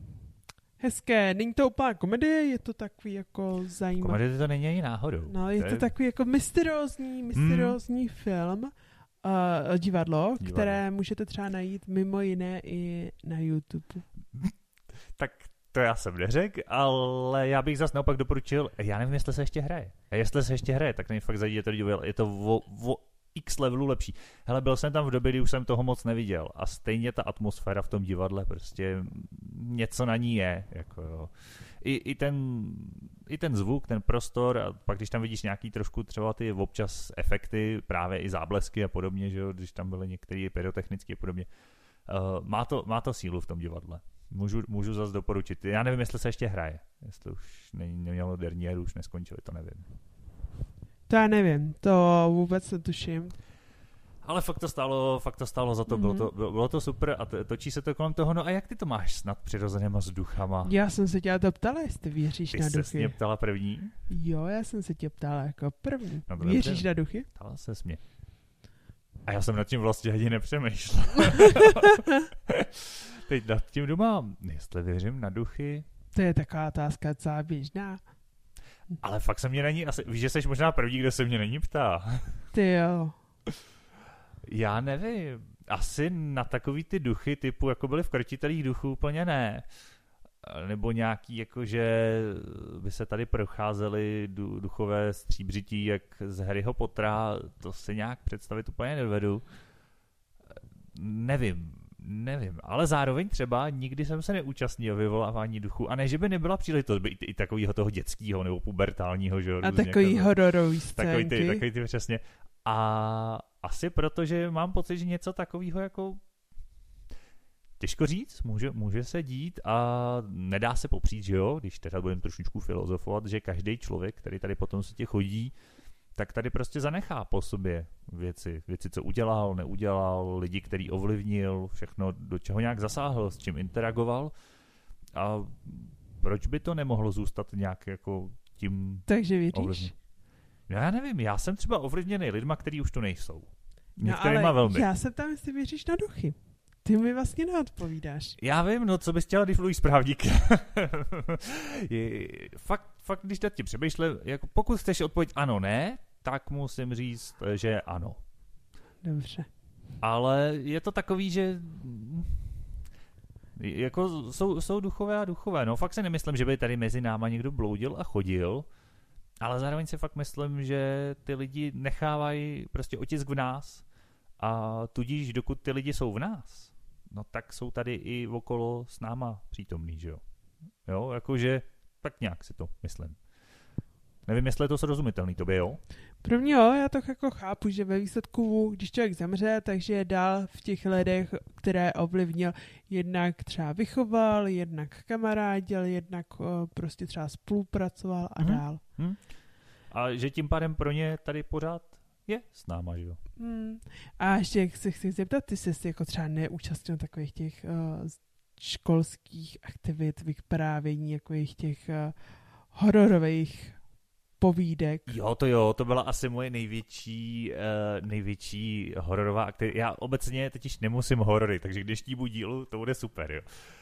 Speaker 2: hezké. Není to úplná komedie, je to takový jako zajímavý.
Speaker 1: Komedie to není ani náhodou.
Speaker 2: No, je to takový jako mysteriózní film, divadlo, které můžete třeba najít mimo jiné i na YouTube.
Speaker 1: Tak to já jsem neřekl, ale já bych zase naopak doporučil, já nevím, jestli se ještě hraje. A jestli se ještě hraje, tak mě fakt zajímá, je to o x levelu lepší. Hele, byl jsem tam v době, kdy už jsem toho moc neviděl a stejně ta atmosféra v tom divadle prostě něco na ní je. Jako jo. I ten zvuk, ten prostor a pak když tam vidíš nějaký trošku třeba ty občas efekty, právě i záblesky a podobně, že jo, když tam byly některé pyrotechnické a podobně. Má to sílu v tom divadle. Můžu zase doporučit. Já nevím, jestli se ještě hraje. Jestli už nemělo derniéru, už neskončili, to nevím.
Speaker 2: To já nevím, to vůbec netuším.
Speaker 1: Ale fakt to stálo za to, bylo to super a točí se to kolem toho. No a jak ty to máš s nadpřirozenýma s duchama?
Speaker 2: Já jsem se tě to ptala, jestli věříš na duchy.
Speaker 1: Ty jsi mě ptala první?
Speaker 2: Jo, já jsem se tě ptala jako první.
Speaker 1: No
Speaker 2: věříš na duchy?
Speaker 1: Ptala ses mě. A já jsem nad tím vlastně ani nepřemýšlel. Teď nad tím doma, jestli věřím na duchy.
Speaker 2: To je taková otázka, co běžná.
Speaker 1: Ale fakt se mě není, víš, že jsi možná první, kdo se mě není ptá.
Speaker 2: Ty jo.
Speaker 1: Já nevím. Asi na takový ty duchy typu, jako byly v Krotitelích duchů, úplně ne. Nebo nějaký, jakože by se tady procházely duchové stříbřití, jak z Harryho Pottera, to si nějak představit úplně nedovedu. Nevím, ale zároveň třeba nikdy jsem se neúčastnil vyvolávání duchů a ne, že by nebyla příležitost by i takového toho dětského nebo pubertálního, že?
Speaker 2: A takový hororový scénky.
Speaker 1: Takový ty přesně. A asi protože mám pocit, že něco takového jako těžko říct, může se dít a nedá se popřít, že jo, když teda budeme trošičku filozofovat, že každý člověk, který tady potom se tě chodí, tak tady prostě zanechá po sobě věci, co udělal, neudělal, lidi, který ovlivnil, všechno, do čeho nějak zasáhl, s čím interagoval a proč by to nemohlo zůstat nějak jako tím
Speaker 2: takže věříš?
Speaker 1: Ovlivněn? Já nevím, já jsem třeba ovlivněný lidma, kteří už tu nejsou.
Speaker 2: Některýma ale velmi. Já se tam, jestli věříš na duchy. Ty mi vlastně neodpovídáš.
Speaker 1: Já vím, no co bys chtěla, když mluvíš správník. fakt, když teď ti přemýšlím, jako pokud chceš odpovědět ano, ne, tak musím říct, že ano.
Speaker 2: Dobře.
Speaker 1: Ale je to takový, že jako jsou duchové a duchové. No fakt si nemyslím, že by tady mezi náma někdo bloudil a chodil, ale zároveň si fakt myslím, že ty lidi nechávají prostě otisk v nás a tudíž dokud ty lidi jsou v nás, no tak jsou tady i okolo s náma přítomný, že jo. Jo, jakože tak nějak si to myslím. Nevím, jestli je to srozumitelný tobě, jo?
Speaker 2: Pro mě jo, já to jako chápu, že ve výsledku, když člověk zemře, takže je dál v těch lidech, které ovlivnil, jednak třeba vychoval, jednak kamarádil, jednak prostě třeba spolupracoval a dál.
Speaker 1: A že tím pádem pro ně tady pořád je s náma, že jo?
Speaker 2: A ještě se chci zeptat, ty jsi jako třeba neúčastnil takových těch školských aktivit, vyprávění, jako těch hororových povídek.
Speaker 1: Jo, to byla asi moje největší hororová aktivita. Já obecně totiž nemusím horory, takže k dnešnímu dílu to bude super, jo.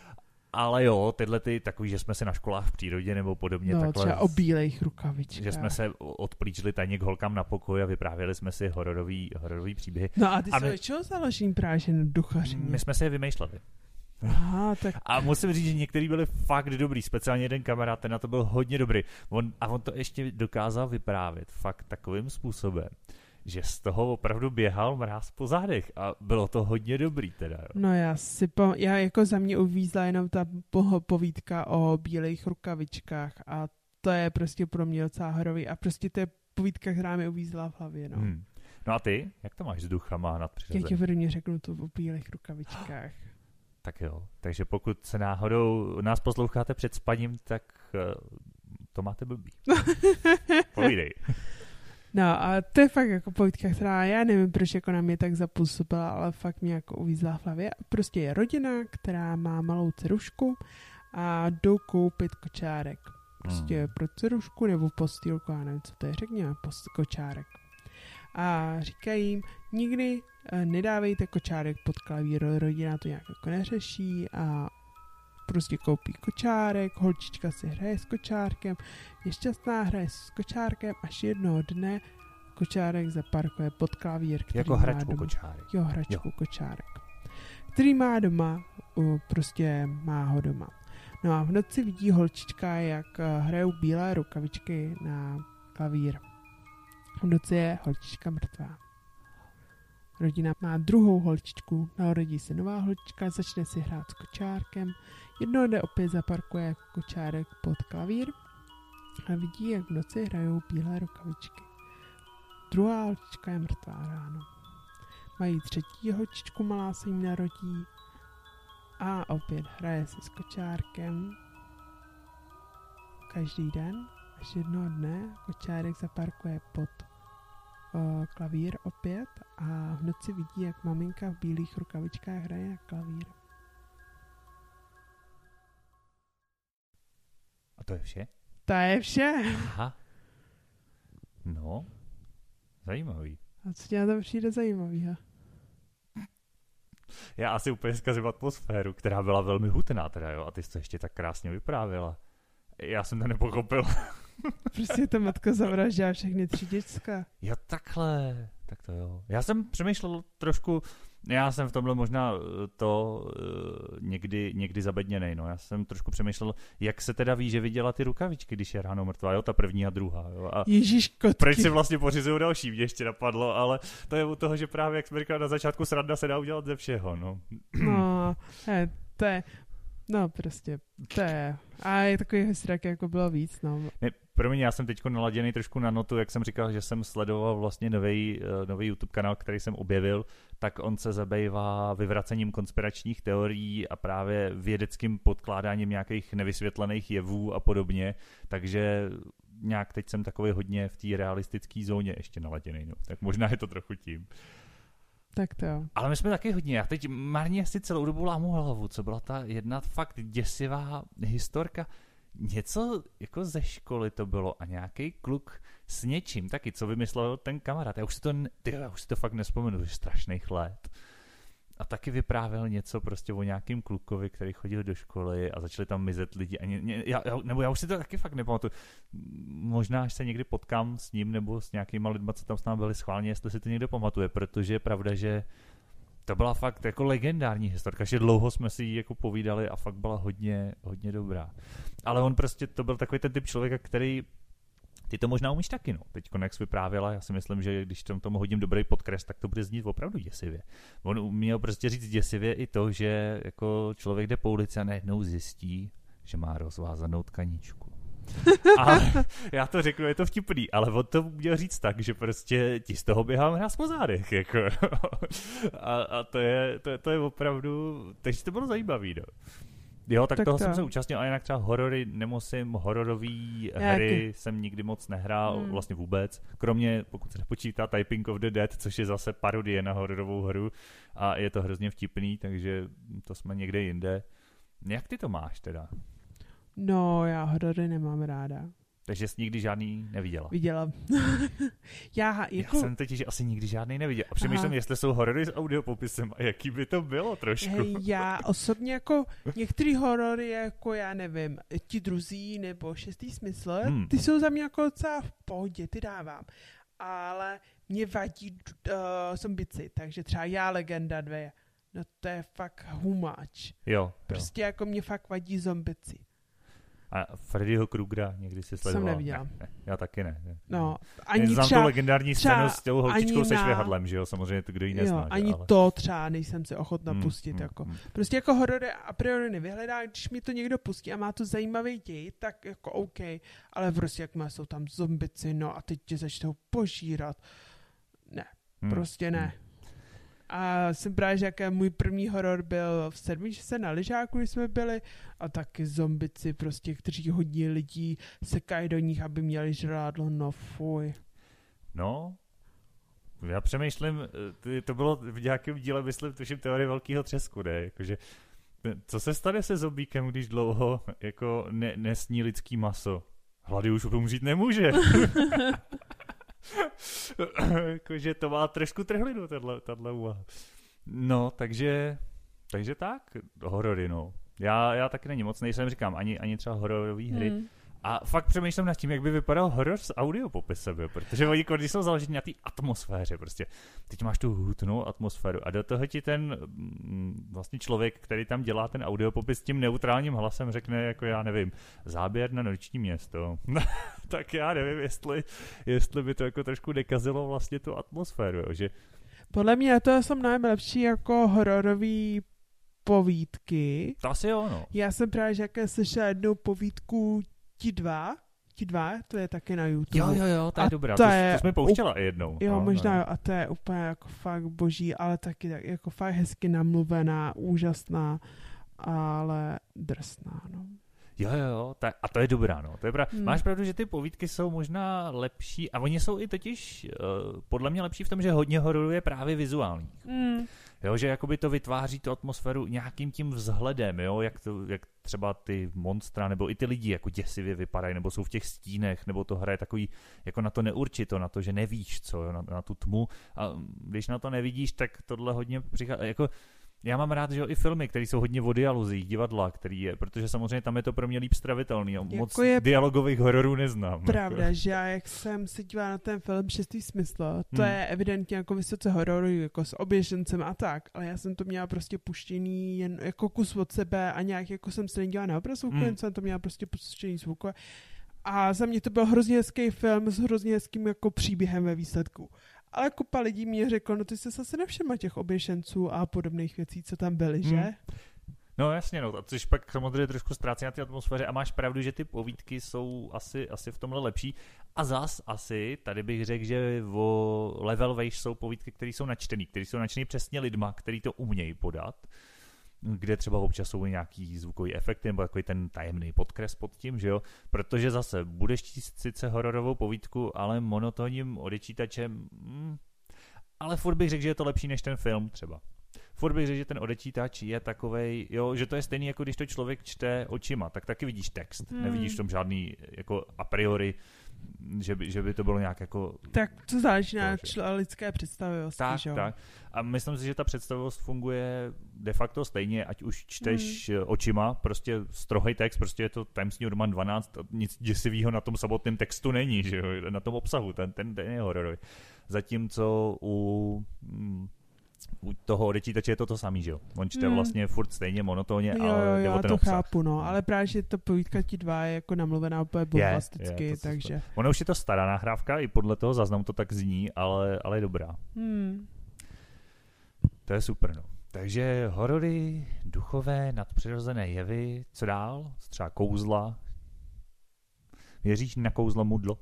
Speaker 1: Ale jo, tyhle ty takový, že jsme se na školách v přírodě nebo podobně
Speaker 2: No,
Speaker 1: takhle...
Speaker 2: třeba o bílejch rukavičkách.
Speaker 1: Že jsme se odplíčili tajně k holkám na pokoj a vyprávěli jsme si hororový příběhy.
Speaker 2: No a ty jsi čeho založím právě že na duchařině?
Speaker 1: My jsme si je vymýšleli.
Speaker 2: Aha, tak...
Speaker 1: A musím říct, že některý byli fakt dobrý, speciálně jeden kamarád, ten na to byl hodně dobrý. On to ještě dokázal vyprávět fakt takovým způsobem, že z toho opravdu běhal mráz po zádech a bylo to hodně dobrý teda. Jo.
Speaker 2: No já jako za mě uvízla jenom ta povídka o bílejch rukavičkách a to je prostě pro mě docela horový a prostě to je povídka, která mi uvízla v hlavě, no.
Speaker 1: No a ty? Jak to máš s duchama nadpřirozeně?
Speaker 2: Já ti prvně řeknu to o bílejch rukavičkách.
Speaker 1: Tak jo, takže pokud se náhodou nás posloucháte před spaním, tak to máte blbý. Povídej.
Speaker 2: No a to je fakt jako povídka, která já nevím, proč jako na mě tak zapůsobila, ale fakt mě jako uvízla v hlavě. Prostě je rodina, která má malou dcerušku a jdou koupit kočárek. Prostě pro dcerušku nebo postýlku, já nevím, co to je, řekněme, kočárek. A říkají jim, nikdy nedávejte kočárek pod klavír, rodina to nějak jako neřeší a prostě koupí kočárek, holčička si hraje s kočárkem, je šťastná, hraje s kočárkem, až jednoho dne kočárek zaparkuje pod klavír, který
Speaker 1: jako
Speaker 2: má
Speaker 1: hračku
Speaker 2: doma.
Speaker 1: Kočárek.
Speaker 2: Jo, hračku kočárek. Který má doma, prostě má ho doma. No a v noci vidí holčička, jak hrajou bílé rukavičky na klavír. V noci je holčička mrtvá. Rodina má druhou holčičku, narodí se nová holčička, začne si hrát s kočárkem. Jednoho dne opět zaparkuje kočárek pod klavír a vidí, jak v noci hrajou bílé rukavičky. Druhá holčička je mrtvá ráno. Mají třetí holčičku, malá se jim narodí a opět hraje se s kočárkem každý den, až jednoho dne kočárek zaparkuje pod klavír opět a v noci vidí, jak maminka v bílých rukavičkách hraje na klavír.
Speaker 1: A to je vše?
Speaker 2: To je vše.
Speaker 1: Aha. No, zajímavý.
Speaker 2: A co tě na to přijde zajímavýho?
Speaker 1: Já asi úplně zkazím atmosféru, která byla velmi hutná teda, jo, a ty jsi to ještě tak krásně vyprávěla. Já jsem to nepochopil.
Speaker 2: Prostě ta matka zavraždila všechny 3 děcka.
Speaker 1: Jo, takhle. Tak to jo. Já jsem přemýšlel trošku, já jsem v tomhle možná někdy zabedněnej, no. Já jsem trošku přemýšlel, jak se teda ví, že viděla ty rukavičky, když je ráno mrtvá, jo, ta první a druhá, jo. A
Speaker 2: Ježíš kotky.
Speaker 1: proč si vlastně pořizují další, mě ještě napadlo, ale to je u toho, že právě, jak jsme říkali na začátku, sranda se dá udělat ze všeho, no.
Speaker 2: No, to je, no prostě, to je, a je takový hysterik, jako bylo víc, no.
Speaker 1: Ne, pro mě, já jsem teď naladěný trošku na notu, jak jsem říkal, že jsem sledoval vlastně nový YouTube kanál, který jsem objevil, tak on se zabývá vyvracením konspiračních teorií a právě vědeckým podkládáním nějakých nevysvětlených jevů a podobně, takže nějak teď jsem takový hodně v té realistické zóně ještě naladěný, no. Tak možná je to trochu tím.
Speaker 2: Tak to jo.
Speaker 1: Ale my jsme taky hodně, já teď marně si celou dobu lámu hlavu, co byla ta jedna fakt děsivá historka. Něco jako ze školy to bylo a nějaký kluk s něčím taky, co vymyslel ten kamarád. Já už si to fakt nespomenu, že strašných let. A taky vyprávěl něco prostě o nějakým klukovi, který chodil do školy a začali tam mizet lidi. Já už si to taky fakt nepamatuju. Možná, až se někdy potkám s ním nebo s nějakýma lidma, co tam s námi byli schválně, jestli si to někdo pamatuje, protože je pravda, že to byla fakt jako legendární historka, že dlouho jsme si ji jako povídali a fakt byla hodně, hodně dobrá. Ale on prostě, to byl takový ten typ člověka, který, ty to možná umíš taky, no. Teď jak jsi vyprávěla, já si myslím, že když tomu hodím dobrý podkres, tak to bude znít opravdu děsivě. On uměl prostě říct děsivě i to, že jako člověk jde po ulici a najednou zjistí, že má rozvázanou tkaničku. Ale já to řeknu, je to vtipný, ale on to měl říct tak, že prostě ti z toho běhám hráz po zádech, jako. A to je opravdu, takže to bylo zajímavý, no. Jo, tak toho jsem se účastnil, a jinak třeba horory nemusím, hororový hry jsem nikdy moc nehrál, vlastně vůbec, kromě, pokud se nepočítá Typing of the Dead, což je zase parodie na hororovou hru a je to hrozně vtipný, takže to jsme někde jinde. Jak ty to máš teda?
Speaker 2: No, já horory nemám ráda.
Speaker 1: Takže jsi nikdy žádný neviděla.
Speaker 2: Viděla. Já
Speaker 1: jsem totiž asi nikdy žádný neviděl. A přemýšlím, jestli jsou horory s audiopopisem a jaký by to bylo trošku.
Speaker 2: Já osobně jako některý horory, jako já nevím, Ti druzí nebo Šestý smysl, ty jsou za mě jako docela v pohodě, ty dávám. Ale mě vadí zombici, takže třeba Já legenda 2. No to je fakt humáč.
Speaker 1: Jo.
Speaker 2: Prostě jako mě fakt vadí zombici.
Speaker 1: A Freddyho Krugera někdy si sledoval?
Speaker 2: Jsem neviděla.
Speaker 1: Ne, já taky ne.
Speaker 2: No, ani
Speaker 1: znám
Speaker 2: třeba,
Speaker 1: tu legendární scénu s tou holčičkou se švihadlem, že jo? Samozřejmě to kdo ji nezná.
Speaker 2: Jo, ani
Speaker 1: ale...
Speaker 2: to třeba nejsem si ochotna pustit. Jako. Prostě jako horory a priori nevyhledá, když mi to někdo pustí a má to zajímavý děj, tak jako OK, ale prostě jak jsou tam zombici, no a teď tě začnou požírat. Ne, prostě ne. A jsem právě, že jaký můj první horor byl v Sedmičce na lyžáku, když jsme byli, a taky zombici, prostě, kteří hodně lidí sekají do nich, aby měli žrádlo, no fuj.
Speaker 1: No, já přemýšlím, to bylo v nějakém díle, myslím, tuším Teorie velkého třesku, ne? Jakože, co se stane se zombíkem, když dlouho jako nesní lidský maso? Hlady už umřít nemůže. Jakože to má trošku trhlinu, tato úvaha. No, takže tak, horory, no. Já taky není moc, nejsem, říkám, ani třeba hororové hry. A fakt přemýšlím nad tím, jak by vypadal horor s audiopopisem, protože oni když jsou založeni na té atmosféře, prostě. Teď máš tu hutnou atmosféru a do toho ti ten vlastně člověk, který tam dělá ten audiopopis s tím neutrálním hlasem řekne, jako já nevím, záběr na noční město. Tak já nevím, jestli by to jako trošku nekazilo vlastně tu atmosféru, jo, že...
Speaker 2: Podle mě to jsou nejlepší jako hororový povídky.
Speaker 1: To asi jo, no.
Speaker 2: Já jsem právě jaké slyšela jednou povídku Ti dva, to je taky na YouTube.
Speaker 1: Jo, to je dobrá, to jsme pouštěla i jednou.
Speaker 2: Jo,
Speaker 1: no,
Speaker 2: možná jo, a to je úplně jako fakt boží, ale taky tak, jako fakt hezky namluvená, úžasná, ale drsná, no.
Speaker 1: Jo, a to je dobrá, no. To je Máš pravdu, že ty povídky jsou možná lepší, a oni jsou i totiž podle mě lepší v tom, že hodně hororů je právě vizuální. Jo, že jakoby to vytváří tu atmosféru nějakým tím vzhledem, jo, jak třeba ty monstra nebo i ty lidi jako děsivě vypadají, nebo jsou v těch stínech, nebo to hraje takový jako na to neurčito, na to, že nevíš co, jo, na tu tmu, a když na to nevidíš, tak tohle hodně přichází, jako já mám rád, že jo, i filmy, které jsou hodně o dialozích, divadla, který je, protože samozřejmě tam je to pro mě líp stravitelný. Jako moc dialogových hororů neznám.
Speaker 2: Pravda,
Speaker 1: jako.
Speaker 2: že já, jak jsem se dívala na ten film Šestý smysl, to je evidentně jako vysoce hororu, jako s oběžencem a tak, ale já jsem to měla prostě puštěný jen jako kus od sebe a nějak jako jsem se nedívala na obrazovku, jen jsem to měla prostě puštěný zvukové. A za mě to byl hrozně hezký film s hrozně hezkým jako příběhem ve výsledku. Ale kupa lidí mě řeklo, no ty jsi zase nevšimla těch oběšenců a podobných věcí, co tam byly, že?
Speaker 1: No jasně, no, což pak samozřejmě trošku ztrácí na té atmosféře a máš pravdu, že ty povídky jsou asi v tomhle lepší. A zas asi, tady bych řekl, že o level vejš jsou povídky, které jsou načtený přesně lidma, který to umějí podat, kde třeba občas jsou nějaký zvukový efekty nebo takový ten tajemný podkres pod tím, že jo, protože zase budeš číst sice hororovou povídku, ale monotónním odečítačem, ale furt bych řekl, že je to lepší než ten film třeba. Furt bych řekl, že ten odečítač je takovej, jo, že to je stejný, jako když to člověk čte očima, tak taky vidíš text, nevidíš v tom žádný jako a priori, že by to bylo nějak jako...
Speaker 2: Tak to záleží na lidské představivosti, že jo? Tak.
Speaker 1: A myslím si, že ta představivost funguje de facto stejně, ať už čteš očima, prostě strohej text, prostě je to Times New Roman 12, nic děsivého na tom samotném textu není, že jo? Na tom obsahu, ten je hororový. Zatímco u toho odečítače je to samý, že jo? On čte vlastně furt stejně monotónně, ale jde o ten obsah.
Speaker 2: Chápu, no, ale právě, že to povídka Ti dva je jako namluvená úplně bombasticky, takže...
Speaker 1: Ono už je to stará nahrávka, i podle toho záznamu to tak zní, ale je dobrá. To je super, no. Takže horory, duchové, nadpřirozené jevy, co dál? Třeba kouzla. Věříš na kouzlo mudlo?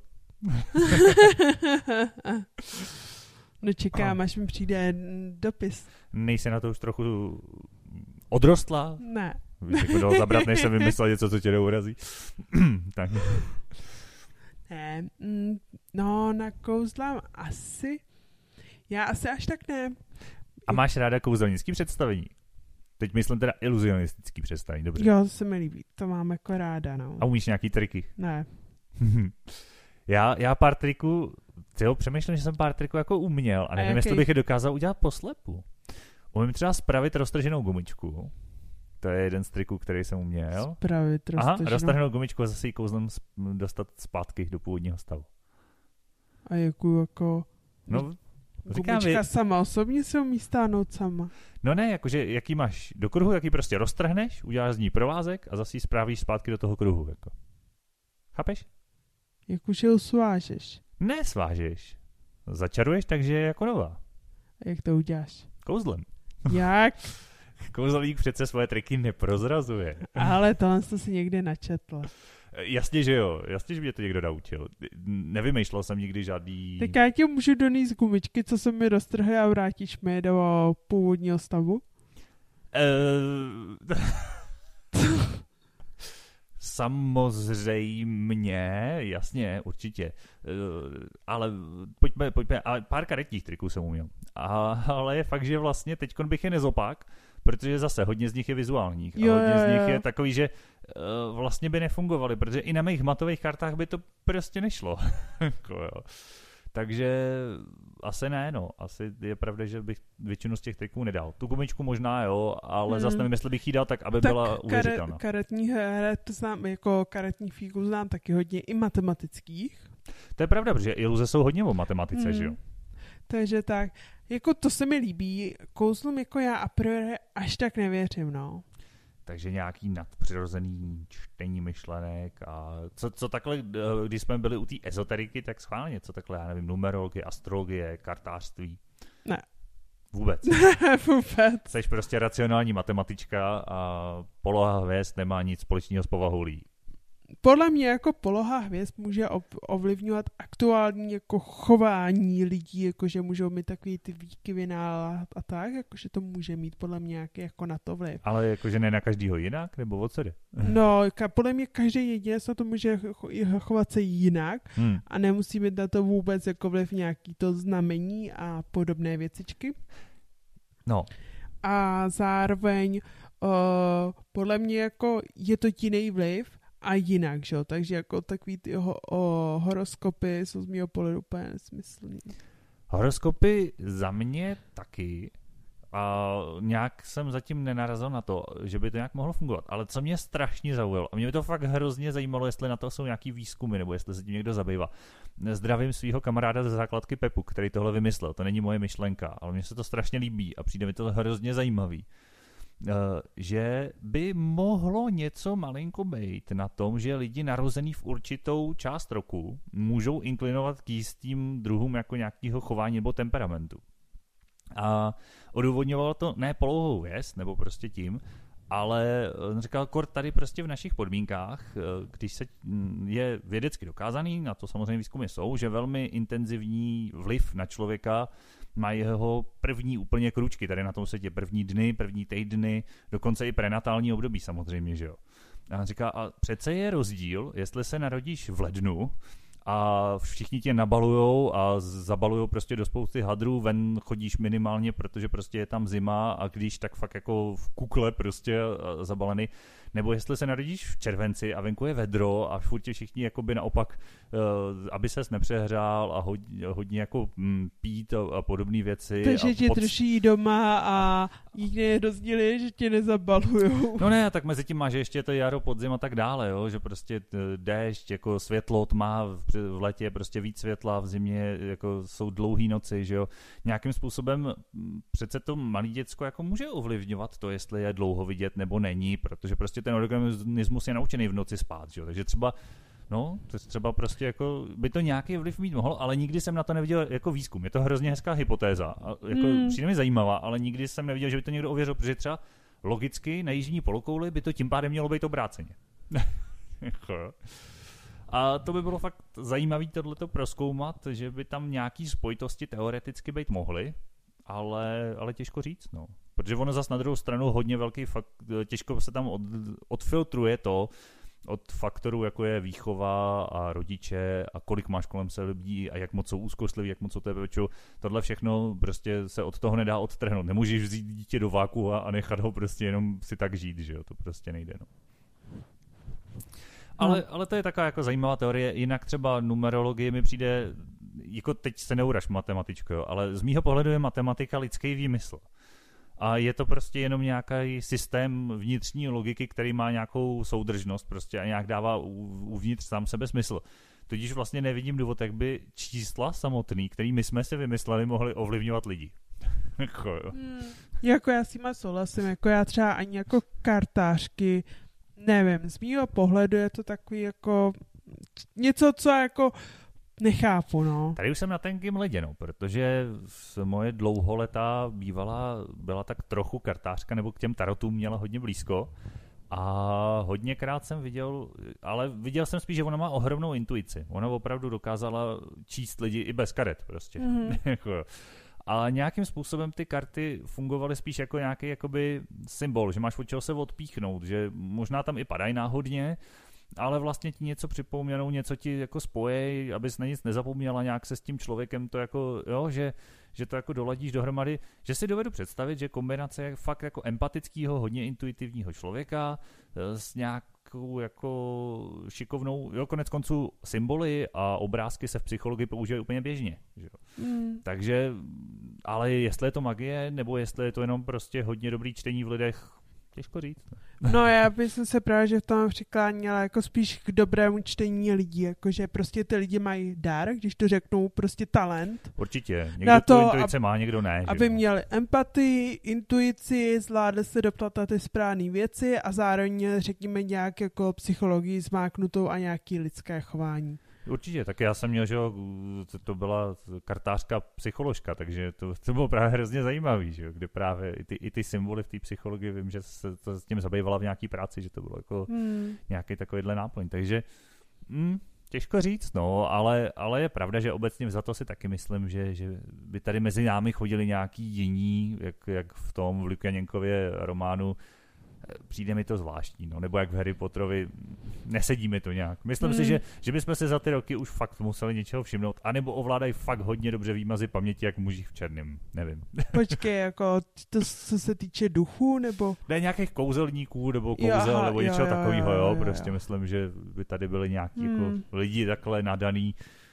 Speaker 2: No čekám, až mi přijde dopis.
Speaker 1: Nejsi na to už trochu odrostla?
Speaker 2: Ne.
Speaker 1: Víš, jako dalo zabrat, než jsem vymyslel něco, co tě neurazí. Tak.
Speaker 2: Ne, no na kouzla asi. Já asi až tak ne.
Speaker 1: A máš ráda kouzelnický představení? Teď myslím teda iluzionistický představení, dobře.
Speaker 2: Jo, to se mi líbí, to mám jako ráda, no.
Speaker 1: A umíš nějaký triky?
Speaker 2: Ne.
Speaker 1: Já pár triků, přemýšlím, že jsem pár triků jako uměl a nevím, jestli bych je dokázal udělat poslepu. Umím třeba spravit roztrženou gumičku. To je jeden z triků, který jsem uměl.
Speaker 2: Spravit
Speaker 1: roztrženou gumičku a zase ji kouzlem dostat zpátky do původního stavu.
Speaker 2: A jako...
Speaker 1: No,
Speaker 2: gumička sama osobně se umí stáhnout sama.
Speaker 1: No ne, jakože jaký máš do kruhu, jaký prostě roztrhneš, uděláš z ní provázek a zase ji správíš zpátky do toho kruhu. Jako. Chápeš?
Speaker 2: Jakože ji svážeš.
Speaker 1: Ne svážeš. Začaruješ, takže je jako nová.
Speaker 2: A jak to uděláš?
Speaker 1: Kouzlem.
Speaker 2: Jak?
Speaker 1: Kouzelník přece svoje triky neprozrazuje.
Speaker 2: Ale tohle jsi si někde načetl.
Speaker 1: Jasně, že jo. Jasně, že mě to někdo naučil. Nevymýšlel jsem nikdy žádný...
Speaker 2: Tak já ti můžu donést gumičky, co se mi roztrhly a vrátíš mi do původního stavu?
Speaker 1: Samozřejmě, jasně, určitě. Ale pojďme, ale pár karetních triků jsem uměl. Ale je fakt, že vlastně teďkon bych je nezopák, protože zase hodně z nich je vizuálních. A hodně z nich je takový, že vlastně by nefungovaly, protože i na mých matových kartách by to prostě nešlo. Takže asi ne, no. Asi je pravda, že bych většinu z těch triků nedal. Tu gumičku možná jo, ale zase nevím, jestli bych jí dal tak, aby byla uvěřitelná.
Speaker 2: Karetní hry znám, jako karetní fígu znám taky hodně i matematických.
Speaker 1: To je pravda, protože iluze jsou hodně o matematice, že jo?
Speaker 2: Takže tak, jako to se mi líbí, kouzlům jako já a priori až tak nevěřím, no.
Speaker 1: Takže nějaký nadpřirozený čtení myšlenek a co takhle, když jsme byli u té ezoteriky, tak schválně, co takhle, já nevím, numerologie, astrologie, kartářství?
Speaker 2: Ne.
Speaker 1: Vůbec.
Speaker 2: Vůbec.
Speaker 1: Jseš prostě racionální matematička a poloha hvězd nemá nic společného s povahou lidí.
Speaker 2: Podle mě jako poloha hvězd může ovlivňovat aktuální jako chování lidí, jakože můžou mít takový ty výkyvy a tak, jakože to může mít podle mě nějaký jako na to vliv.
Speaker 1: Ale jakože ne na každýho jinak, nebo o co jde?
Speaker 2: No, podle mě každý jedinec na to může chovat se jinak a nemusí mít na to vůbec jako vliv nějaký to znamení a podobné věcičky.
Speaker 1: No.
Speaker 2: A zároveň podle mě jako je to jiný vliv, a jinak, že jo, takže jako takový ty horoskopy jsou z mýho pohledu úplně nesmyslný.
Speaker 1: Horoskopy za mě taky a nějak jsem zatím nenarazil na to, že by to nějak mohlo fungovat, ale co mě strašně zaujalo, a mě by to fakt hrozně zajímalo, jestli na to jsou nějaký výzkumy, nebo jestli se tím někdo zabývá. Zdravím svého kamaráda ze základky Pepu, který tohle vymyslel, to není moje myšlenka, ale mně se to strašně líbí a přijde mi to hrozně zajímavý. Že by mohlo něco malinko být na tom, že lidi narozený v určitou část roku můžou inklinovat k jistým druhům jako nějakého chování nebo temperamentu. A odůvodňovalo to ne polohou hvězd, nebo prostě tím, ale říkal, kort tady prostě v našich podmínkách, když se je vědecky dokázaný, na to samozřejmě výzkumy jsou, že velmi intenzivní vliv na člověka má jeho první úplně kručky, tady na tom světě první dny, první týdny, dokonce i prenatální období samozřejmě, že jo. A on říká, a přece je rozdíl, jestli se narodíš v lednu a všichni tě nabalujou a zabalujou prostě do spousty hadrů, ven chodíš minimálně, protože prostě je tam zima a když tak fakt jako v kukle prostě zabalený, nebo jestli se narodíš v červenci a venku je vedro a furt tě všichni jakoby naopak, aby ses nepřehřál a hodně jako pít a podobné věci.
Speaker 2: Takže tě drží doma a jediné rozdíl je, že tě nezabalujou.
Speaker 1: No ne, tak mezi tím máš ještě to jaro, podzim a tak dále, jo, že prostě déšť, jako světlo, tma, v létě je prostě víc světla, v zimě jako jsou dlouhý noci, že jo. Nějakým způsobem přece to malý děcko jako může ovlivňovat to, jestli je dlouho vidět nebo není, protože prostě ten organismus je naučený v noci spát, že jo. Takže třeba třeba prostě jako by to nějaký vliv mít mohlo, ale nikdy jsem na to neviděl jako výzkum. Je to hrozně hezká hypotéza. A jako přijde mi zajímavá, ale nikdy jsem neviděl, že by to někdo ověřil, protože třeba logicky na jižní polokouli by to tím pádem mělo být obráceně. A to by bylo fakt zajímavé tohleto prozkoumat, že by tam nějaký spojitosti teoreticky být mohly, ale těžko říct, no. Protože ono zas na druhou stranu hodně velký fakt, těžko se tam odfiltruje to od faktorů, jako je výchova a rodiče a kolik máš kolem sebe lidí a jak moc jsou úzkostliví, jak moc jsou tebe pečou. Tohle všechno prostě se od toho nedá odtrhnout. Nemůžeš vzít dítě do váku a nechat ho prostě jenom si tak žít, že jo, to prostě nejde, no. Ale to je taková jako zajímavá teorie, jinak třeba numerologie mi přijde, jako teď se neuraž matematičko, jo, ale z mýho pohledu je matematika lidský výmysl. A je to prostě jenom nějaký systém vnitřní logiky, který má nějakou soudržnost prostě a nějak dává uvnitř sám sebe smysl. Tudíž vlastně nevidím důvod, jak by čísla samotný, který my jsme si vymysleli, mohli ovlivňovat lidi.
Speaker 2: Jako já s tím souhlasím, jako já třeba ani jako kartářky, nevím, z mýho pohledu je to takový jako něco, co jako nechápu, no.
Speaker 1: Tady už jsem na tenkým ledě, no, protože moje dlouholetá bývalá byla tak trochu kartářka, nebo k těm tarotům měla hodně blízko a hodněkrát jsem viděl, ale viděl jsem spíš, že ona má ohromnou intuici. Ona opravdu dokázala číst lidi i bez karet prostě. Mm-hmm. A nějakým způsobem ty karty fungovaly spíš jako nějaký jakoby symbol, že máš od čeho se odpíchnout, že možná tam i padají náhodně, ale vlastně ti něco připomněnou, něco ti jako spojí, abys na nic nezapomněla, nějak se s tím člověkem to jako, jo, že to jako doladíš dohromady, že si dovedu představit, že kombinace je fakt jako empatického, hodně intuitivního člověka s nějakou jako šikovnou, jo, konec konců symboly a obrázky se v psychologii používají úplně běžně, že jo. Takže, ale jestli je to magie, nebo jestli je to jenom prostě hodně dobrý čtení v lidech, těžko říct.
Speaker 2: No já bych se právě, že v tom přiklánila jako spíš k dobrému čtení lidí, jakože prostě ty lidi mají dar, když to řeknou, prostě talent.
Speaker 1: Určitě. Někdo tu intuice má, někdo ne.
Speaker 2: Aby měli empatii, intuici, zvládli se doptat ty správné věci a zároveň řekněme nějak jako psychologii zmáknutou a nějaký lidské chování.
Speaker 1: Určitě, tak já jsem měl, že to byla kartářská psycholožka, takže to bylo právě hrozně zajímavý, že jo, kde právě i ty symboly v té psychologii, vím, že se s tím zabývala v nějaký práci, že to bylo jako nějaký takovýhle náplň, takže těžko říct, no, ale je pravda, že obecně za to si taky myslím, že by tady mezi námi chodili nějaký jiní, jak v tom v Lukaněnkově románu. Přijde mi to zvláštní, no, nebo jak v Harry Potterovi, nesedí mi to nějak. Myslím si, že bychom se za ty roky už fakt museli něčeho všimnout, anebo ovládají fakt hodně dobře výmazy paměti, jak muži v černém, nevím.
Speaker 2: Počkej, jako to, co se týče duchů, nebo?
Speaker 1: Ne, nějakých kouzelníků, nebo kouzel, nebo něčeho takového, jo, prostě myslím, že by tady byli nějaký jako lidi takhle nadaný.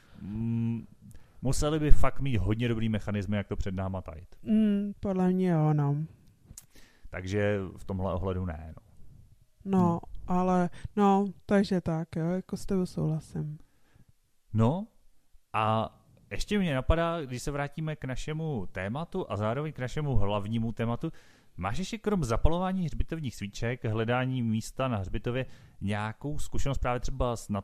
Speaker 1: Museli by fakt mít hodně dobrý mechanismy, jak to před náma tajit.
Speaker 2: Podle mě jo, no.
Speaker 1: Takže v tomhle ohledu ne, no.
Speaker 2: No, ale, no, takže tak, jo, jako s tebou souhlasím.
Speaker 1: No, a ještě mě napadá, když se vrátíme k našemu tématu a zároveň k našemu hlavnímu tématu, máš ještě krom zapalování hřbitovních svíček, hledání místa na hřbitově nějakou zkušenost právě třeba s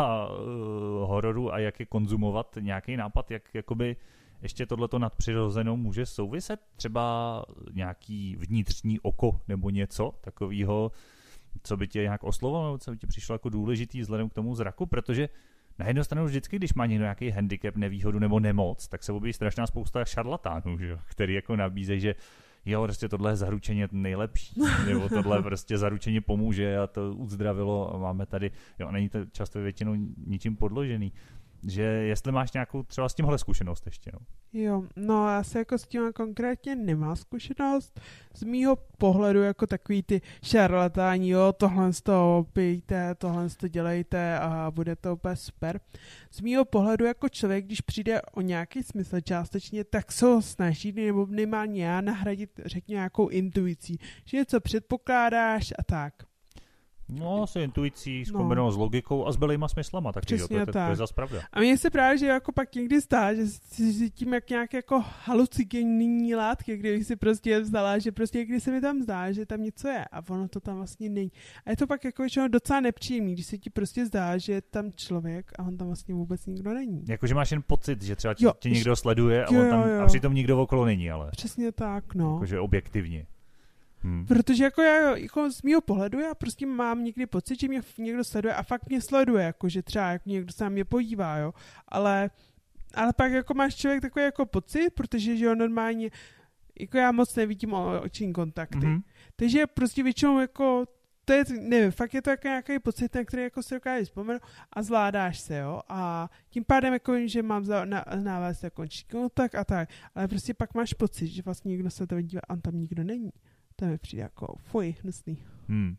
Speaker 1: hororu a jak je konzumovat, nějaký nápad, jak jakoby ještě tohleto nadpřirozenou může souviset? Třeba nějaký vnitřní oko nebo něco takového, co by tě nějak oslovilo, co by ti přišlo jako důležitý vzhledem k tomu zraku, protože na jednu stranu vždycky, když má někdo nějaký handicap, nevýhodu nebo nemoc, tak se objeví strašná spousta šarlatánů, že jo, který jako nabízejí, že jo, prostě tohle je zaručeně nejlepší, nebo tohle prostě zaručeně pomůže a to uzdravilo a máme tady, jo, není to často většinou ničím podložený. Že jestli máš nějakou třeba s tímhle zkušenost ještě, no.
Speaker 2: Jo, no já se jako s tím konkrétně nemá zkušenost. Z mýho pohledu jako takový ty šarlatáni, jo, tohle z toho pijte, tohle z toho dělejte a bude to úplně super. Z mýho pohledu jako člověk, když přijde o nějaký smysl částečně, tak se ho snaží, nebo minimálně já, nahradit, řekněme, nějakou intuicí. Že něco předpokládáš a tak.
Speaker 1: No, s intuicí, zkombinovat s logikou a s bylejma smyslama, tak to je zas pravda.
Speaker 2: A mně se právě, že jako pak někdy stá, že si tím jak nějaké jako halucinogenní látky, kdybych si prostě vzala, že prostě někdy se mi tam zdá, že tam něco je a ono to tam vlastně není. A je to pak jako docela nepříjemný, když se ti prostě zdá, že je tam člověk a on tam vlastně vůbec nikdo není.
Speaker 1: Jakože máš jen pocit, že třeba tě někdo sleduje a on tam a přitom nikdo okolo není, ale.
Speaker 2: Přesně tak, no.
Speaker 1: Jakože objektivně.
Speaker 2: Protože jako já, jako z mýho pohledu, já prostě mám někdy pocit, že mě někdo sleduje a fakt mě sleduje, jako že třeba jako někdo se na mě podívá, jo, ale pak jako máš člověk takový jako pocit, protože že jo, normálně, jako já moc nevidím oční kontakty, takže prostě většinou jako, to je, nevím, fakt je to jako nějaký pocit, na který jako se dokáže vzpomenout a zvládáš se, jo, a tím pádem jako, že mám návést jako oční kontakt a tak, ale prostě pak máš pocit, že vlastně někdo se to dívá a tam nikdo není. To mi přijde jako fuj, hnusný.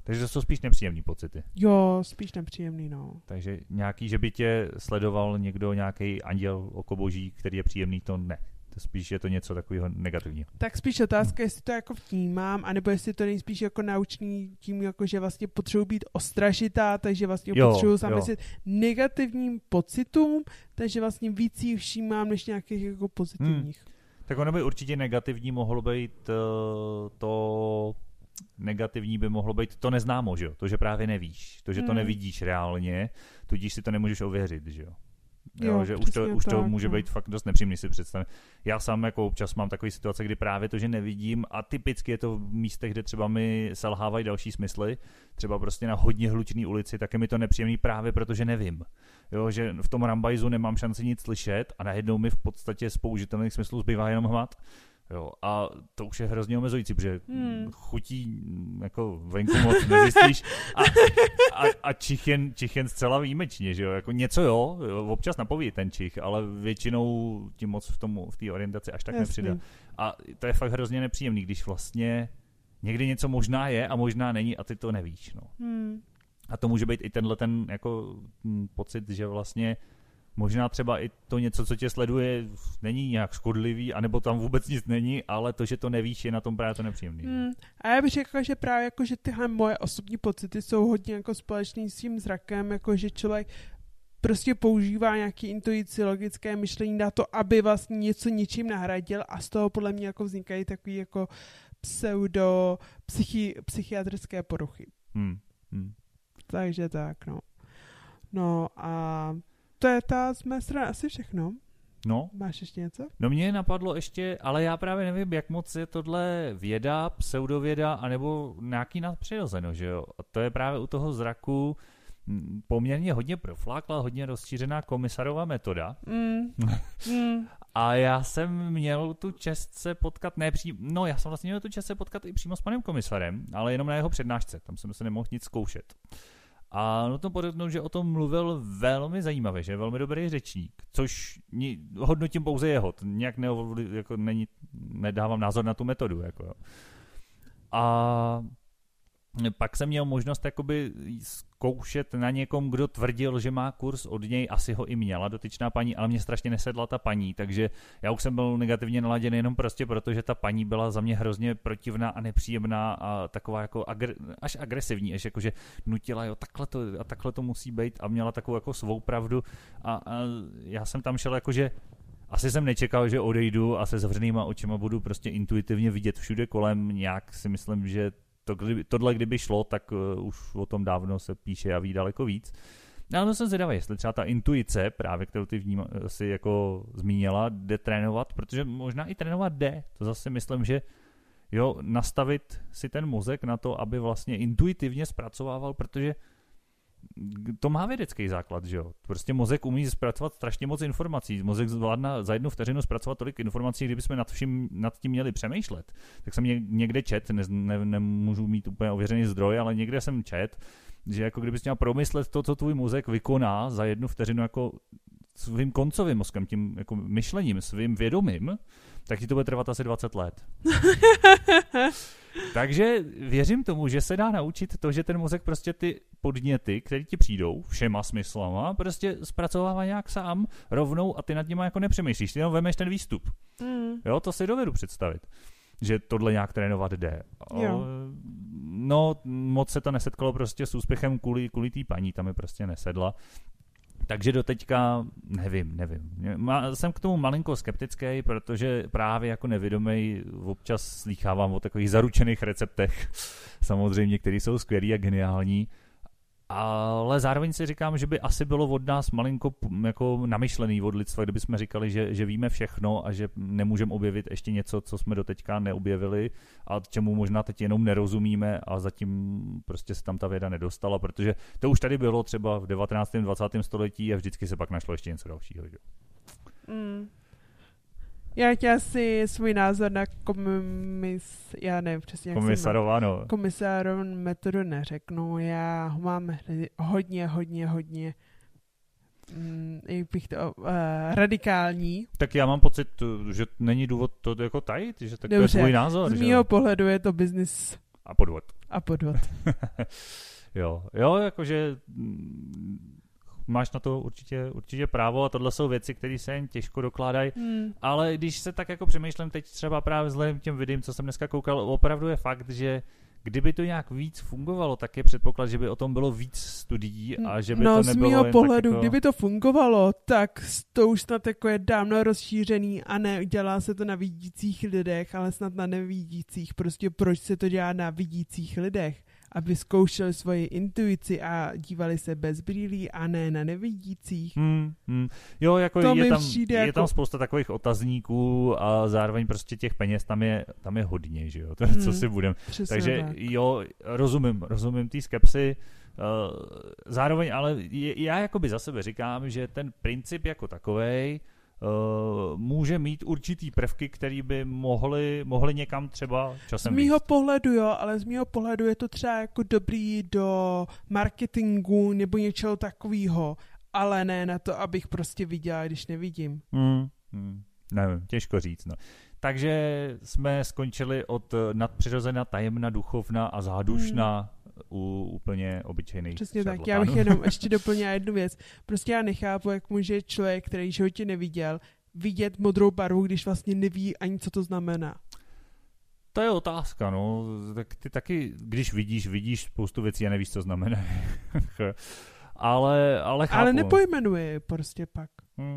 Speaker 1: Takže to jsou spíš nepříjemný pocity.
Speaker 2: Jo, spíš nepříjemný, no.
Speaker 1: Takže nějaký, že by tě sledoval někdo, nějaký anděl okoboží, který je příjemný, to ne. To spíš je to něco takového negativního.
Speaker 2: Tak spíš otázka, jestli to jako vnímám, anebo jestli to nejspíš jako naučný tím, jako že vlastně potřebuji být ostražitá, takže vlastně potřebuji zamyslet negativním pocitům, takže vlastně víc jich všímám, než nějakých jako pozitivních.
Speaker 1: Tak ono by určitě negativní mohlo být to negativní by mohlo být to neznámo, že jo? To, že právě nevíš, to, že to nevidíš reálně, tudíž si to nemůžeš ověřit, že jo? Jo, že už to může být fakt dost nepříjemný si představit. Já sám jako občas mám takové situace, kdy právě to, že nevidím a typicky je to v místech, kde třeba mi selhávají další smysly, třeba prostě na hodně hlučný ulici, tak je mi to nepříjemný právě protože nevím. Jo, že v tom rambajzu nemám šanci nic slyšet a najednou mi v podstatě z použitelných smyslů zbývá jenom hmat. Jo, a to už je hrozně omezující, protože chutí jako venku moc nezjistíš a čich jen zcela výjimečně, že jo, jako něco jo, občas napoví ten čich, ale většinou ti moc v té orientaci až tak nepřidá. A to je fakt hrozně nepříjemný, když vlastně někdy něco možná je a možná není a ty to nevíš, no. A to může být i tenhle ten jako pocit, že vlastně možná třeba i to něco, co tě sleduje, není nějak škodlivý, anebo tam vůbec nic není, ale to, že to nevíš, je na tom právě to nepříjemný.
Speaker 2: A já bych řekla, že právě jako, že tyhle moje osobní pocity jsou hodně jako společný s tím zrakem, jako že člověk prostě používá nějaký intuici, logické myšlení na to, aby vlastně něco něčím nahradil a z toho podle mě jako vznikají takový jako pseudo psychiatrické poruchy. Takže tak, no. No a to je z mé strany asi všechno.
Speaker 1: No.
Speaker 2: Máš ještě něco?
Speaker 1: No mě napadlo ještě, ale já právě nevím, jak moc je tohle věda, pseudověda, anebo nějaký nadpřirozeno, že jo? A to je právě u toho zraku poměrně hodně proflákla, hodně rozšířená Komisarova metoda. A já jsem měl tu čest se potkat, já jsem vlastně měl tu čest se potkat i přímo s panem Komisarem, ale jenom na jeho přednášce, tam jsem se nemohl nic zkoušet. A nutno podotknout, že o tom mluvil velmi zajímavě, že je velmi dobrý řečník, což hodnotím pouze jeho, nějak jako nedávám názor na tu metodu. Jako. A pak jsem měl možnost jakoby zkoušet na někom, kdo tvrdil, že má kurz od něj, asi ho i měla dotyčná paní, ale mě strašně nesedla ta paní, takže já už jsem byl negativně naladěn jenom prostě proto, že ta paní byla za mě hrozně protivná a nepříjemná a taková jako až agresivní, až jakože nutila, jo, takhle to musí být a měla takovou jako svou pravdu a já jsem tam šel jakože asi jsem nečekal, že odejdu a se zavřenýma očima budu prostě intuitivně vidět všude kolem, nějak si myslím, že tohle kdyby šlo, tak už o tom dávno se píše a ví daleko víc. Ale to jsem zvědavý, jestli třeba ta intuice, právě kterou ty si jako zmínila, jde trénovat, protože možná i trénovat jde. To zase myslím, že jo, nastavit si ten mozek na to, aby vlastně intuitivně zpracovával, protože to má vědecký základ, že jo. Prostě mozek umí zpracovat strašně moc informací. Mozek zvládne za 1 vteřinu zpracovat tolik informací, kdybychom nad tím měli přemýšlet. Tak jsem někde čet, nemůžu mít úplně ověřený zdroj, ale někde jsem čet, že jako kdybys měl promyslet to, co tvůj mozek vykoná za 1 vteřinu jako svým koncovým mozkem, tím jako myšlením, svým vědomím, tak ti to bude trvat asi 20 let. Takže věřím tomu, že se dá naučit to, že ten mozek prostě ty podněty, které ti přijdou všema smyslama, prostě zpracovává nějak sám rovnou a ty nad nimi jako nepřemýšlíš, ty jenom vemeš ten výstup. Jo, to si dovedu představit, že tohle nějak trénovat jde. No, moc se to nesetkalo prostě s úspěchem kvůli té paní, tam mi prostě nesedla. Takže doteďka nevím. Jsem k tomu malinko skeptický, protože právě jako nevědomej občas slýchávám o takových zaručených receptech, samozřejmě, které jsou skvělý a geniální, ale zároveň si říkám, že by asi bylo od nás malinko jako namyšlený od lidstva, kdyby jsme říkali, že víme všechno a že nemůžeme objevit ještě něco, co jsme doteďka neobjevili a čemu možná teď jenom nerozumíme a zatím prostě se tam ta věda nedostala, protože to už tady bylo třeba v 19. 20. století a vždycky se pak našlo ještě něco dalšího. Že?
Speaker 2: Já tě asi svůj názor na komisárovou metodu neřeknu. Já ho mám hodně jak bych to radikální.
Speaker 1: Tak já mám pocit, že není důvod to jako tajit, že tak to je tvůj názor.
Speaker 2: Z mýho pohledu je to biznis.
Speaker 1: A podvod.
Speaker 2: A podvod.
Speaker 1: Jo, jakože máš na to určitě právo a tohle jsou věci, které se jen těžko dokládají, ale když se tak jako přemýšlím teď třeba právě vzhledem k těm videím, co jsem dneska koukal, opravdu je fakt, že kdyby to nějak víc fungovalo, tak je předpoklad, že by o tom bylo víc studií a že by to nebylo
Speaker 2: z mýho pohledu,
Speaker 1: jako...
Speaker 2: kdyby to fungovalo, tak to už snad jako je dávno rozšířený a ne dělá se to na vidících lidech, ale snad na nevidících. Prostě proč se to dělá na vidících lidech? Aby zkoušeli svoji intuici a dívali se bez brýlí a ne na nevidících.
Speaker 1: Jo, jako
Speaker 2: to
Speaker 1: je tam spousta takových otazníků a zároveň prostě těch peněz tam je hodně, že jo, to co si budem. Takže
Speaker 2: tak.
Speaker 1: Jo, rozumím té skepsy, zároveň ale já jakoby za sebe říkám, že ten princip jako takovej může mít určitý prvky, který by mohly někam třeba časem
Speaker 2: z mýho pohledu jo, ale z mýho pohledu je to třeba jako dobrý do marketingu nebo něčeho takového, ale ne na to, abych prostě viděla, když nevidím.
Speaker 1: Nevím, těžko říct, no. Takže jsme skončili od nadpřirozená, tajemna, duchovna a zádušna u úplně obyčejných
Speaker 2: přesně
Speaker 1: šarlatánů.
Speaker 2: tak, já bych jenom ještě doplnila jednu věc. Prostě já nechápu, jak může člověk, který v životě neviděl, vidět modrou barvu, když vlastně neví ani, co to znamená.
Speaker 1: To je otázka, no. Tak ty taky, když vidíš spoustu věcí a nevíš, co znamená. ale chápu.
Speaker 2: Ale nepojmenuje prostě pak.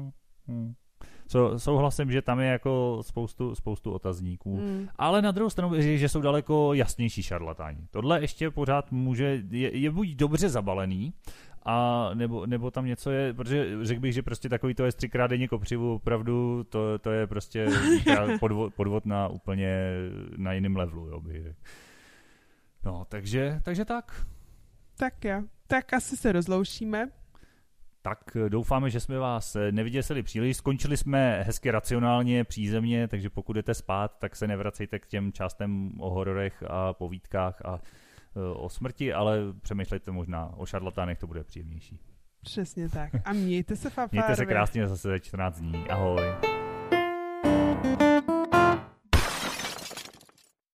Speaker 1: Souhlasím, že tam je jako spoustu otazníků, ale na druhou stranu, že jsou daleko jasnější šarlatáni. Tohle ještě pořád je buď dobře zabalený, a nebo tam něco je, protože řekl bych, že prostě takový to je 3x denně kopřivu, opravdu to je prostě podvod na úplně na jiném levelu, jo, bych řekl. No, takže tak.
Speaker 2: Tak jo, tak asi se rozloučíme.
Speaker 1: Tak doufáme, že jsme vás nevyděsili příliš. Skončili jsme hezky racionálně, přízemně, takže pokud jdete spát, tak se nevracejte k těm částem o hororech a povídkách a o smrti, ale přemýšlejte možná o šarlatánech, to bude příjemnější.
Speaker 2: Přesně tak. A mějte se, fafárovi.
Speaker 1: Mějte se krásně zase za 14 dní. Ahoj.